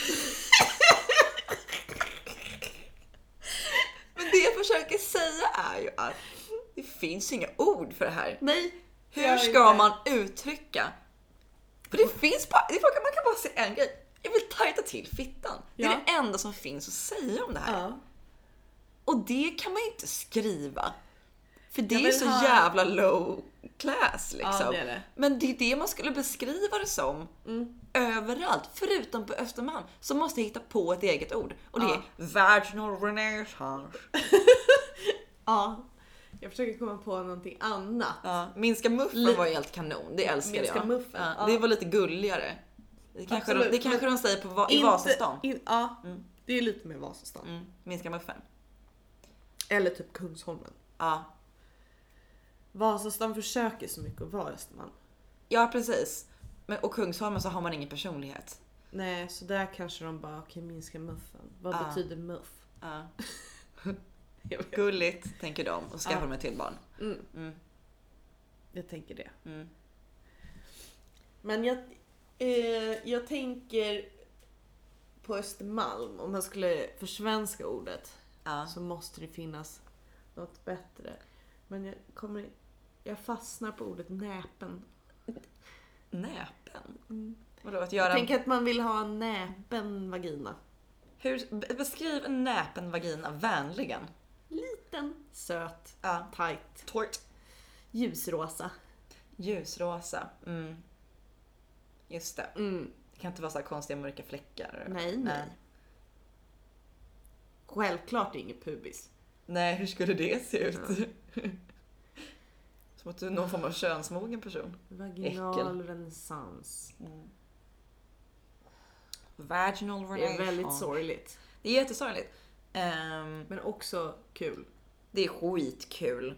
men det jag försöker säga är ju att det finns inga ord för det här. Nej. Hur jag ska inte. man uttrycka? För det finns bara, det är, man kan bara säga en grej. Jag vill tajta till fittan. Det är Ja. det enda som finns att säga om det här. Ja. Och det kan man ju inte skriva. För det Jag är vill så ha- jävla low class liksom. Ja, det är det. Men det är det man skulle beskriva det som. Mm. Överallt, förutom på Östermalm, så måste jag hitta på ett eget ord. Och det Ja. är vaginal renaissance. Ja. Jag försöker komma på någonting annat. Ja, minska muffen Li- var helt kanon, det älskade Minska jag. muffen, Ja, ja. Det var lite gulligare. Det kanske, de, Absolut, det kanske men de säger på, Va- i Inte- Vasastan. In, ja, Mm. det är lite mer Vasastan. Mm, minska muffen. Eller typ Kungsholmen. Ja. Vasastan försöker så mycket att vara Östermalm. Ja, precis. Men, och Kungsholmen så har man ingen personlighet. Nej, så där kanske de bara, okej, minska muffen. Vad Ja. betyder muff? Ja. Jag vet. Gulligt, tänker de, och skaffar Ja. de ett till barn. Mm, Mm. jag tänker det. Mm. Men jag, eh, jag tänker på Östermalm, om man skulle försvenska ordet Ja. så måste det finnas något bättre. Men jag kommer, jag fastnar på ordet näpen. Näpen? Mm. Vadå, att Jag göra... tänker att man vill ha en näpen vagina. Hur, be- beskriv en näpen vagina vänligen. Liten, söt, Ja. tight, Tort. ljusrosa. Ljusrosa. Mm. Just det. Mm. Det kan inte vara så här konstiga mörka fläckar. Nej, nej. Självklart inget pubis. Nej, hur skulle det se ut? Som att du är någon form av könsmogen person. Vaginal Äckel. renässans. Mm. Vaginal Det är renaissance. väldigt sorgligt. Det är jättesorgligt. Ehm, Men också kul. det är skitkul.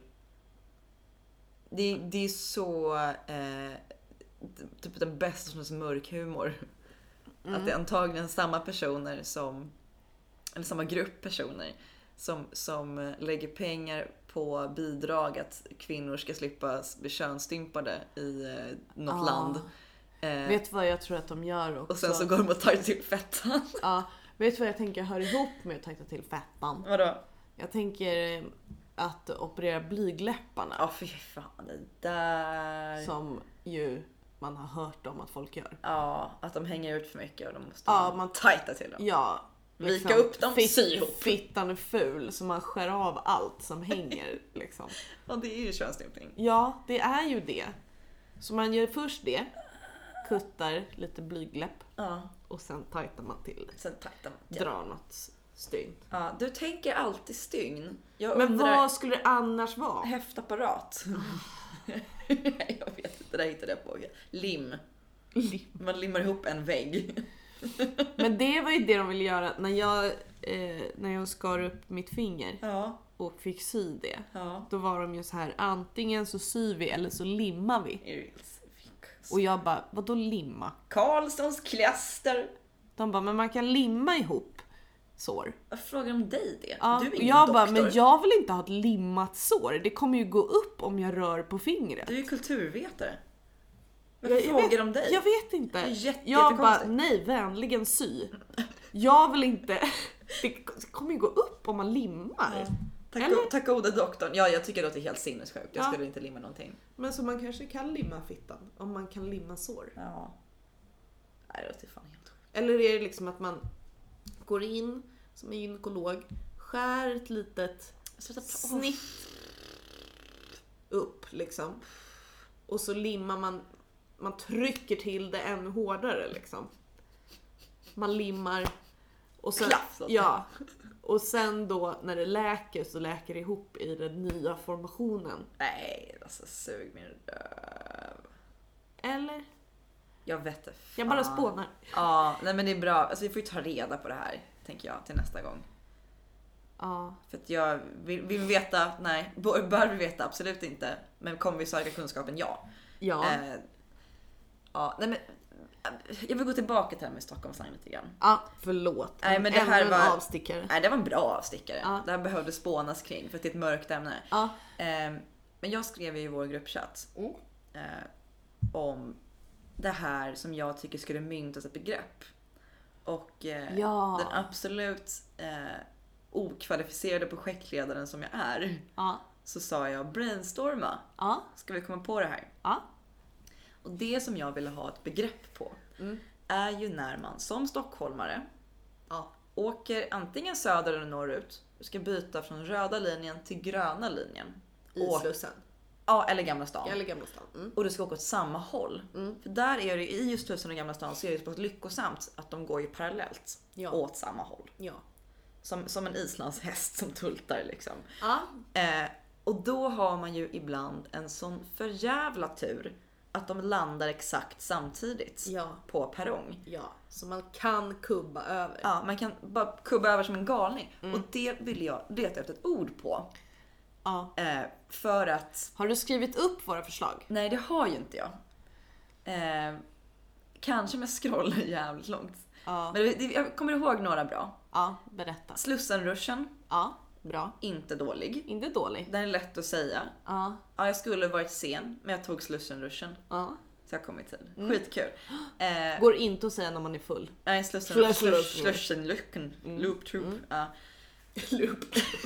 Det, det är så eh, typ den bästa sortens mörk humor. Mm. Att det är antagligen samma personer som, eller samma grupp personer som, som lägger pengar på bidrag att kvinnor ska slippa bli könsstympade i eh, något Ah. land. Eh, Vet du vad jag tror att de gör också? och sen så går de och tar till fettan. Ja, vet du vad jag tänker hör ihop med att tajta till fettan? Vadå? Jag tänker eh, att operera blygläpparna. Ja, fy fan, det där. Som ju man har hört om att folk gör. Ja, att de hänger ut för mycket och de måste Ja, man- tajta till dem. Ja. Vika upp dem, fit- sy ihop. Fittan är ful så man skär av allt som hänger liksom. Ja, det är ju könsstympning. Ja, det är ju det. Så man gör först det, kuttar lite blygläpp Ja, och sen tajtar man till. sen tajtar man. Ja. Drar något stygn. Ja, du tänker alltid stygn. Jag Men undrar... vad skulle det annars vara? Häftapparat. Jag vet inte, det där hittade jag på. Lim. Man limmar ihop en vägg. Men det var ju det de ville göra när jag, eh, när jag skar upp mitt finger Ja, och fick sy det. ja. Då var de ju så här, antingen så syr vi eller så limmar vi. Och Och jag bara, vadå limma? Karlssons klaster. De bara, men man kan limma ihop sår. Jag frågar om dig det. Ja, Du är och ingen jag doktor. bara, men jag vill inte ha ett limmat sår. Det kommer ju gå upp om jag rör på fingret. Du är ju kulturvetare. Jag- Jag jag frågar vet- om dig. Jag vet inte. Det är jätte- jag bara, jättekonstigt. nej, vänligen sy. Jag vill inte. Det kommer ju gå upp om man limmar. Tack, Eller? tack gode doktorn. Ja, jag tycker det låter helt sinnessjukt. Jag Ja. skulle inte limma någonting. Men så man kanske kan limma fittan om man kan limma sår. Ja. Nej, det låter fan helt sjukt. Eller är det liksom att man går in som en gynekolog, skär ett litet snitt upp liksom. Och så limmar man, man trycker till det ännu hårdare liksom. Man limmar och sen, Klaff, låter det. ja, och sen då när det läker så läker det ihop i den nya formationen. Nej, alltså sug min röv. Eller? Jag vet inte. Jag bara fan. spånar. Ja, nej men det är bra. Alltså vi får ju ta reda på det här, tänker jag, till nästa gång. Ja. För att jag vill, vill veta, nej, bör, bör vi veta absolut inte. Men kommer vi söka kunskapen? Ja. Ja. Eh, ja, nej men eh, jag vill gå tillbaka till det här med Stockholmslang lite grann. Ja, förlåt. Nej, men det Ännu här en var- avstickare. Nej, det var en bra avstickare. Ja. Det här behövde spånas kring för att det är ett mörkt ämne. Ja. Eh, men jag skrev ju i vår gruppchatt Mm. eh, om det här som jag tycker skulle myntas ett begrepp. Och eh, Ja. den absolut eh, okvalificerade projektledaren som jag är, Ja. så sa jag brainstorma. Ja. Ska vi komma på det här? Ja. Och det som jag ville ha ett begrepp på Mm. är ju när man som stockholmare Ja. åker antingen söder eller norrut. Du ska byta från röda linjen till gröna linjen. I Och- Slussen. Ja, eller Gamla stan. Eller Gamla stan. Mm. Och du ska åka åt samma håll. Mm. För där är det, i just Slussen och Gamla stan, så är det på ett lyckosamt att de går ju parallellt Ja. åt samma håll. Ja. Som, som en islandshäst som tultar liksom. Ja. Eh, och då har man ju ibland en sån för jävla tur att de landar exakt samtidigt Ja. på perrong. Ja. Så man kan kubba över. Ja, man kan bara kubba över som en galning. Och det vill jag leta efter ett ord på. Ja. Eh, för att, Har du skrivit upp våra förslag? nej det har ju inte jag. Eh, kanske med scroller jävligt långt. Ja. Men det, det, jag kommer ihåg några bra. Ja, berätta. Slussenruschen, Ja, bra. inte dålig. Inte dålig. Den är lätt att säga. Ja. Ja, jag skulle varit sen, men jag tog Slussenruschen. Ja. Så jag kom i tid. Skitkul. Eh, Går inte att säga när man är full. nej, Slussen, Slush, slush, slush. Slussenlucken. Loop troop. Ja. Loop.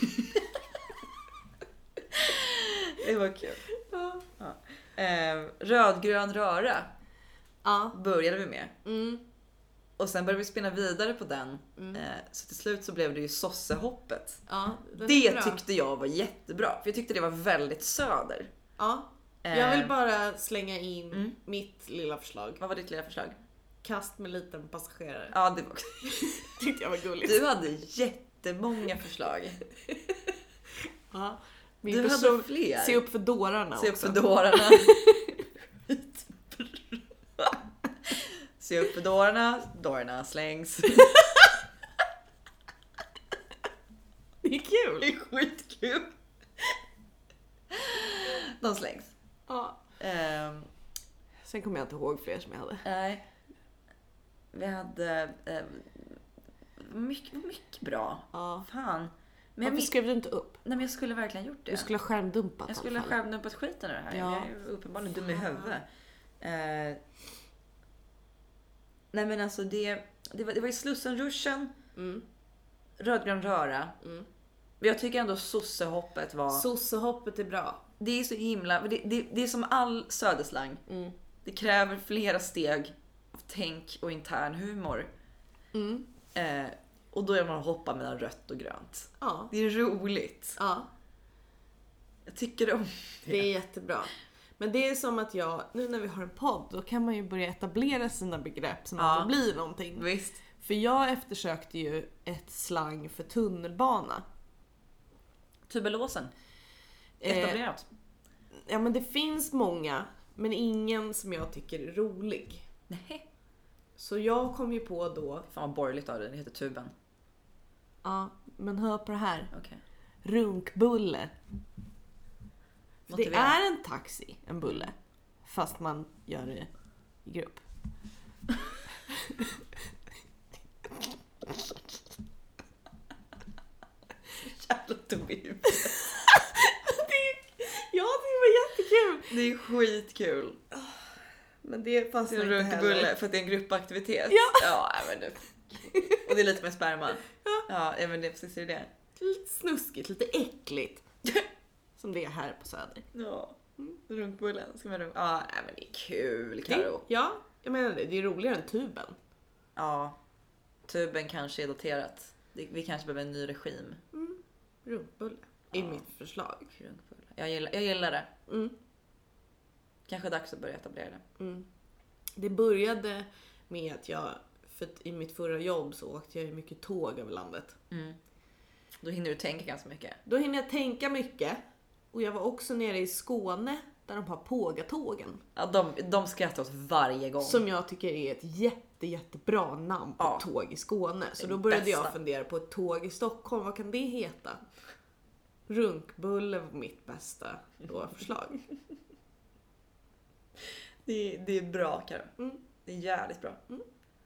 Det var kul. Ja. Eh, rödgrön röra Ja. började vi med. Mm. Och sen började vi spinna vidare på den. Mm. Eh, så till slut så blev det ju sossehoppet. Ja, den är Det bra. tyckte jag var jättebra. För jag tyckte det var väldigt söder. Ja. Eh, Jag vill bara slänga in Mm. mitt lilla förslag. Vad var ditt lilla förslag? Kast med liten passagerare. Ja, det var... Tyckte jag var gulligt. Du hade jättemånga förslag. Ja. Min Du person- hade fler. Se upp för dårarna Se upp också. för dårarna. Se upp för dårarna. Dårarna slängs. Det är kul. Det är skitkul. De slängs. Ja. Ehm, Sen kommer jag inte ihåg fler som jag hade. nej. Vi hade eh, mycket, mycket bra. Ja. Fan. Men jag, Varför min- skrev du inte upp? nej, men jag skulle verkligen gjort det. Du skulle ha skärmdumpat jag i skulle alla ha fall. skärmdumpat skiten ur det här. Ja. Jag är ju uppenbarligen dum i huvudet. Eh, nej men alltså det, det, var, det var ju Slussenruschen, Mm. rödgrön röra. Mm. Men jag tycker ändå sossehoppet var... Sossehoppet är bra. Det är så himla... Det, det, det är som all söderslang. Mm. Det kräver flera steg av tänk och intern humor. Mm. Eh, och då är man att hoppa mellan rött och grönt. Ja. Det är roligt. Ja. Jag tycker om det. Det är jättebra. Men det är som att jag, nu när vi har en podd, då kan man ju börja etablera sina begrepp som Ja. att det blir någonting. Visst. För jag eftersökte ju ett slang för tunnelbana. Tuberlosen. Eh, Etablerat. Ja men det finns många, men ingen som jag tycker är rolig. Nej. Så jag kom ju på då, Fan vad borgerligt av det. Det heter tuben. ja men hör på det här. Okej. Runkbulle. För det Motivera. är en taxi, en bulle. Fast man gör det i grupp. Jävla dum i huvudet. Ja, det var jättekul! Det är skitkul. Men det fanns Det är nog en inte runkbulle heller. för att det är en gruppaktivitet. Ja. Ja, nej, men det. Och det är lite med sperma. Ja, ja men det är precis det. det. Lite snuskigt, lite äckligt. Som det är här på Söder. Ja. Runkbullen. Ska man runk... Ja, nej, men det är kul, Det, Karo. ja, jag menar det. Det är roligare än tuben. Ja. Tuben kanske är daterat. Det- Vi kanske behöver en ny regim. Runkbulle är Ja. mitt förslag. Runkbulle. Jag gillar, jag gillar det. Mm. Kanske är dags att börja etablera det. Mm. Det började med att jag, för att i mitt förra jobb så åkte jag ju mycket tåg över landet. Mm. Då hinner du tänka ganska mycket. Då hinner jag tänka mycket. Och jag var också nere i Skåne där de har Pågatågen. Ja, de, de skrattar åt varje gång. Som jag tycker är ett jätte, jättebra namn på Ja. ett tåg i Skåne. Så Det då började bästa. jag fundera på ett tåg i Stockholm. Vad kan det heta? Runkbulle var mitt bästa då förslag. Det, det är bra, Karo. Mm. Det är jävligt bra. Mm.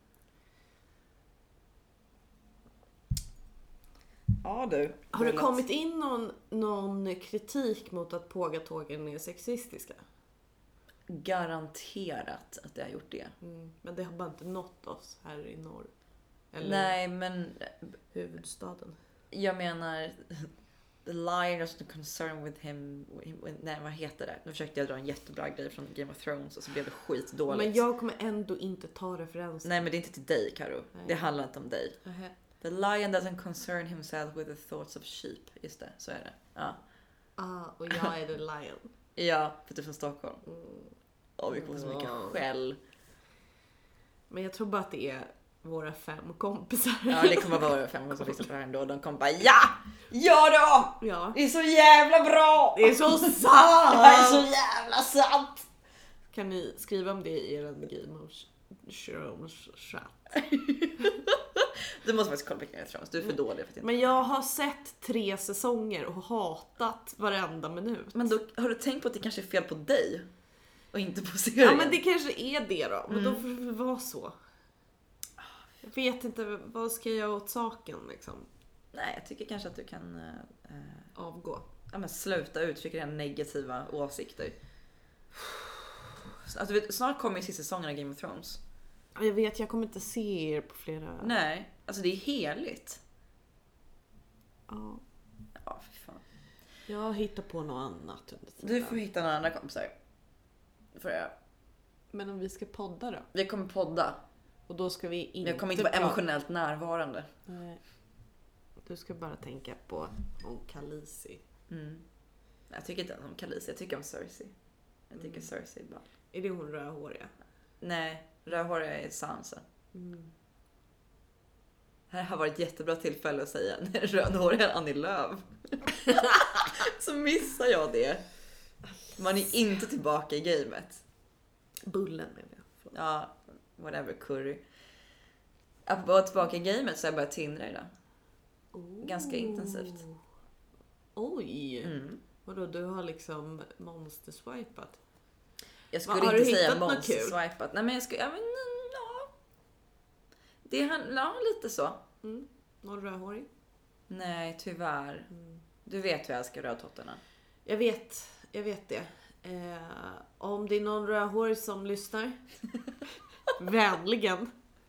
Ja du. Har det Bullet. kommit in någon, någon kritik mot att Pågatågen är sexistiska? Garanterat att det har gjort det. Mm. Men det har bara inte nått oss här i norr. Eller Nej, men huvudstaden. jag menar the lion is not concerned with him. Nej, vad heter det? Nu försökte jag dra en jättebra grej från Game of Thrones och så blev det skitdåligt. Men jag kommer ändå inte ta referensen. Nej, men det är inte till dig, Karo. Nej. Det handlar inte om dig. Nähä. The lion doesn't concern himself with the thoughts of sheep. Just det, så är det. Ja, Ah, och jag är the lion. ja för du är från Stockholm. Mm. Åh, vi får så mycket Wow. skäll. Men jag tror bara att det är våra fem kompisar. Ja, det kommer vara fem som lyssnar på det här ändå. De kommer bara ja! Ja då! Ja. Det är så jävla bra! Det är så Det är sant! så jävla sant! Kan ni skriva om det i er Game of Thrones chatt? Du måste faktiskt kolla på Game of Thrones. Du är för dålig för att inte. Men jag har sett tre säsonger och hatat varenda minut. Men då har du tänkt på att det kanske är fel på dig? Och inte på serien? Ja, men det kanske är det då. Men då får det vara så. Jag vet inte, vad ska jag göra åt saken liksom? Nej, jag tycker kanske att du kan äh, Avgå. ja, men sluta uttrycka dina negativa åsikter. Alltså, du vet, snart kommer ju sista säsongen av Game of Thrones. Ja, jag vet, jag kommer inte se er på flera... Nej, alltså det är heligt. Ja. Ja, fy fan. Jag hittar på något annat under tiden. Du får hitta några andra kompisar. För jag. Men om vi ska podda då? Vi kommer podda. Och då ska vi inte... Jag kommer inte vara prata- emotionellt närvarande. Nej. Du ska bara tänka på om Khaleesi. Mm. Jag tycker inte om Khaleesi, jag tycker om Cersei. Jag tycker Cersei är bra. Är det hon rödhåriga? Nej, rödhåriga är Sansa. Mm. Det här har varit ett jättebra tillfälle att säga rödhåriga Annie Lööf. Så missar jag det. Man är inte tillbaka i gamet. Bullen menar jag. Förlåt. Ja, whatever, curry. Att vara tillbaka i gamet så har jag börjat tindra idag. Oh. Ganska intensivt. Oj! Mm. Vadå, du har liksom monster-swipat? Jag skulle Va, har inte du säga hittat något monster kul? swipat. Nej, men jag skulle, ja men ja. Det är ja, lite så. Mm. Någon rödhårig? Nej, tyvärr. Mm. Du vet hur jag älskar rödtottarna. Jag vet, jag vet det. Eh, om det är någon rödhårig som lyssnar, vänligen.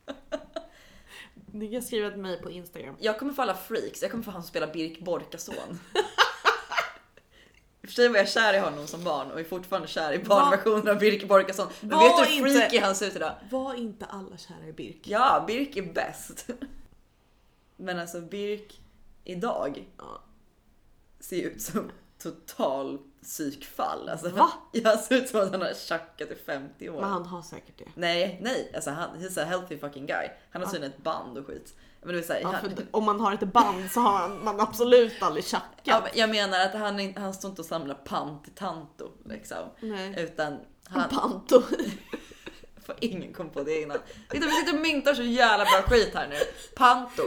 Ni kan skriva till mig på Instagram. Jag kommer få alla freaks. Jag kommer få han som spelar Birk Borkason. I och för sig var jag kär i honom som barn och är fortfarande kär i barnversionen av Birk Borkason. Men Var vet du hur inte- freaky han ser ut idag? Var inte alla kära i Birk? Ja, Birk är bäst. Men alltså Birk idag Ja. ser ut som total psykfall. Alltså, Va? Jag ser ut som att han har tjackat i femtio år. Men han har säkert det. Nej, nej. Alltså han he's a healthy fucking guy. Han har synat ett band och skit. Men det vill säga, Ja, han, för om man har ett band så har man absolut aldrig ja, tjackat. men jag menar att han, inte- han står inte och samlar pant i tanto liksom. Nej. Utan han, Panto. för ingen kom på det innan. Titta, vi sitter och myntar så jävla bra skit här nu. Panto.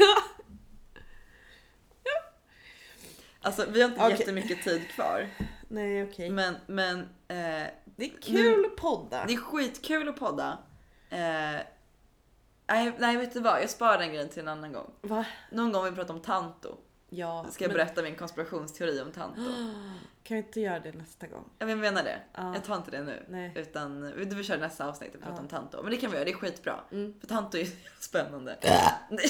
Alltså vi har inte Okej. jättemycket tid kvar. Nej, okej. Men, men eh, Det är kul att podda. det är skitkul att podda. Eh, nej, nej, vet du vad? Jag sparar den grejen till en annan gång. Va? Någon gång vi pratar om tanto. Ja. Ska jag men berätta min konspirationsteori om tanto. kan vi inte göra det nästa gång? Jag menar det. Ja. Jag tar inte det nu. Nej. Utan vi vi kör nästa avsnitt och pratar Ja. om tanto. Men det kan vi göra, det är skitbra. Mm. För tanto är ju spännande. Nej.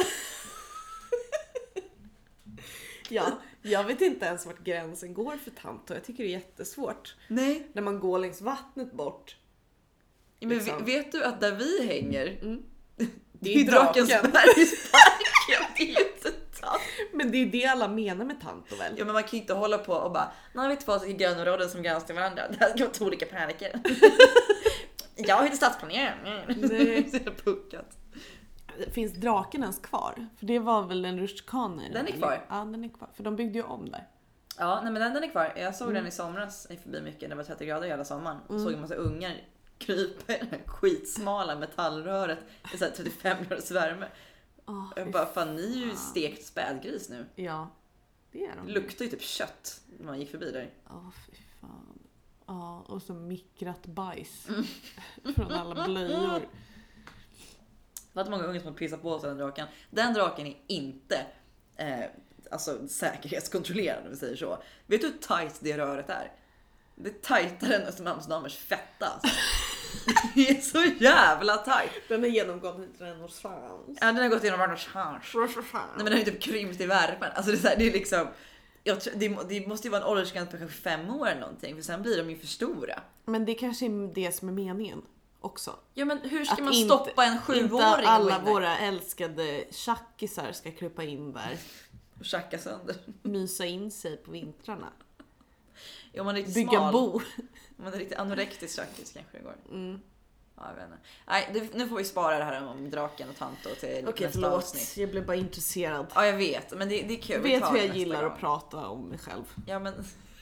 Ja, jag vet inte ens vart gränsen går för tanto. Jag tycker det är jättesvårt. Nej. När man går längs vattnet bort. Men Liksom. vet du att där vi hänger, Mm. det är Drakensbergsparken. Det är ju inte tant. Men det är det alla menar med tanto väl? Ja, men man kan ju inte hålla på och bara, nej, vi två stycken grönområden som gränsar till varandra. Det här ska vara två olika paniker. Jag heter stadsplanerare. Nej. Så är det puckat. Finns draken ens kvar? För det var väl en rutschkana i Den är här. kvar. Ja, den är kvar. För de byggde ju om där. Ja, nej, men den, den är kvar. Jag såg Mm. den i somras, i förbi mycket, det var trettio grader hela sommaren. Och såg en massa ungar krypa i det här skitsmala metallröret i så här trettiofem graders värme. Oh, Jag bara, fan ni är ju stekt spädgris nu. Ja, det är de. Det luktar ju typ kött när man gick förbi där. Ja, fy fan. Ja, och så mikrat bajs. Mm. Från alla blöjor. Det var inte många unga som har pissat på sig den draken. Den draken är inte eh, alltså säkerhetskontrollerad om vi säger så. Vet du hur tight det röret är? Det är tajtare än Östermalmsdamers fetta. Alltså. Det är så jävla tight. Den har genomgått en renaissans. Ja, den har gått igenom varandras chans. Nej, men den har ju typ krympt i värmen. Alltså det är, så här, det är liksom jag tror, det, det måste ju vara en åldersgräns på kanske fem år eller någonting. För sen blir de ju för stora. Men det kanske är det som är meningen. också. Ja men hur ska Att man inte- stoppa en sjuåring? Inte och gå alla in där våra älskade tjackisar ska krypa in där. och tjacka sönder. Mysa in sig på vintrarna. Ja, om man är riktigt Bygga smal. bo. Om man är riktigt anorektisk tjackis kanske det går. Mm. Ja, jag vet inte. Nej, det, nu får vi spara det här om draken och Tanto till Okej, nästa förlåt. avsnitt. Jag blev bara intresserad. Ja, jag vet. Men det, det är kul. Jag Vi vet tar hur det jag nästa gillar gång. att prata om mig själv. Ja, men...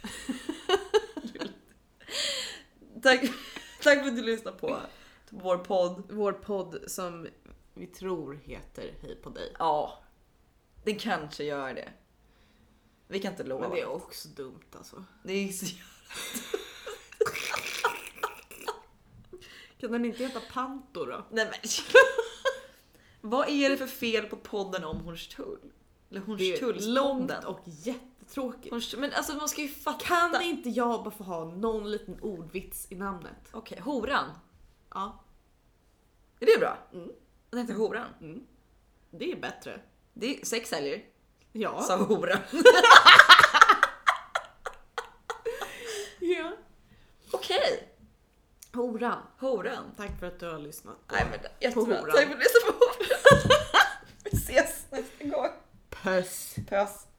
tack, tack för att du lyssnade på, på vår podd. Vår podd som vi tror heter Hej på dig. Ja, det kanske gör det. Vi kan inte lova. Men det är också dumt alltså. Det är så... Kan den inte heta Panto då? Nej, men... Vad är det för fel på podden om Hornstull? Eller Det är Hornstullspodden? långt och jättetråkigt. Hornstull- Men alltså man ska ju fatta. Kan inte jag bara få ha någon liten ordvits i namnet? Okej, horan. Ja, Är det bra? Mm. Den heter horan. det är bättre. Det är sex säljer. Ja. Sa horan. ja. Okej. Horan. Horan. Tack för att du har lyssnat. Nej men jättebra. horan. Tack för att du lyssnade på horan. Vi ses nästa gång. Puss. Puss.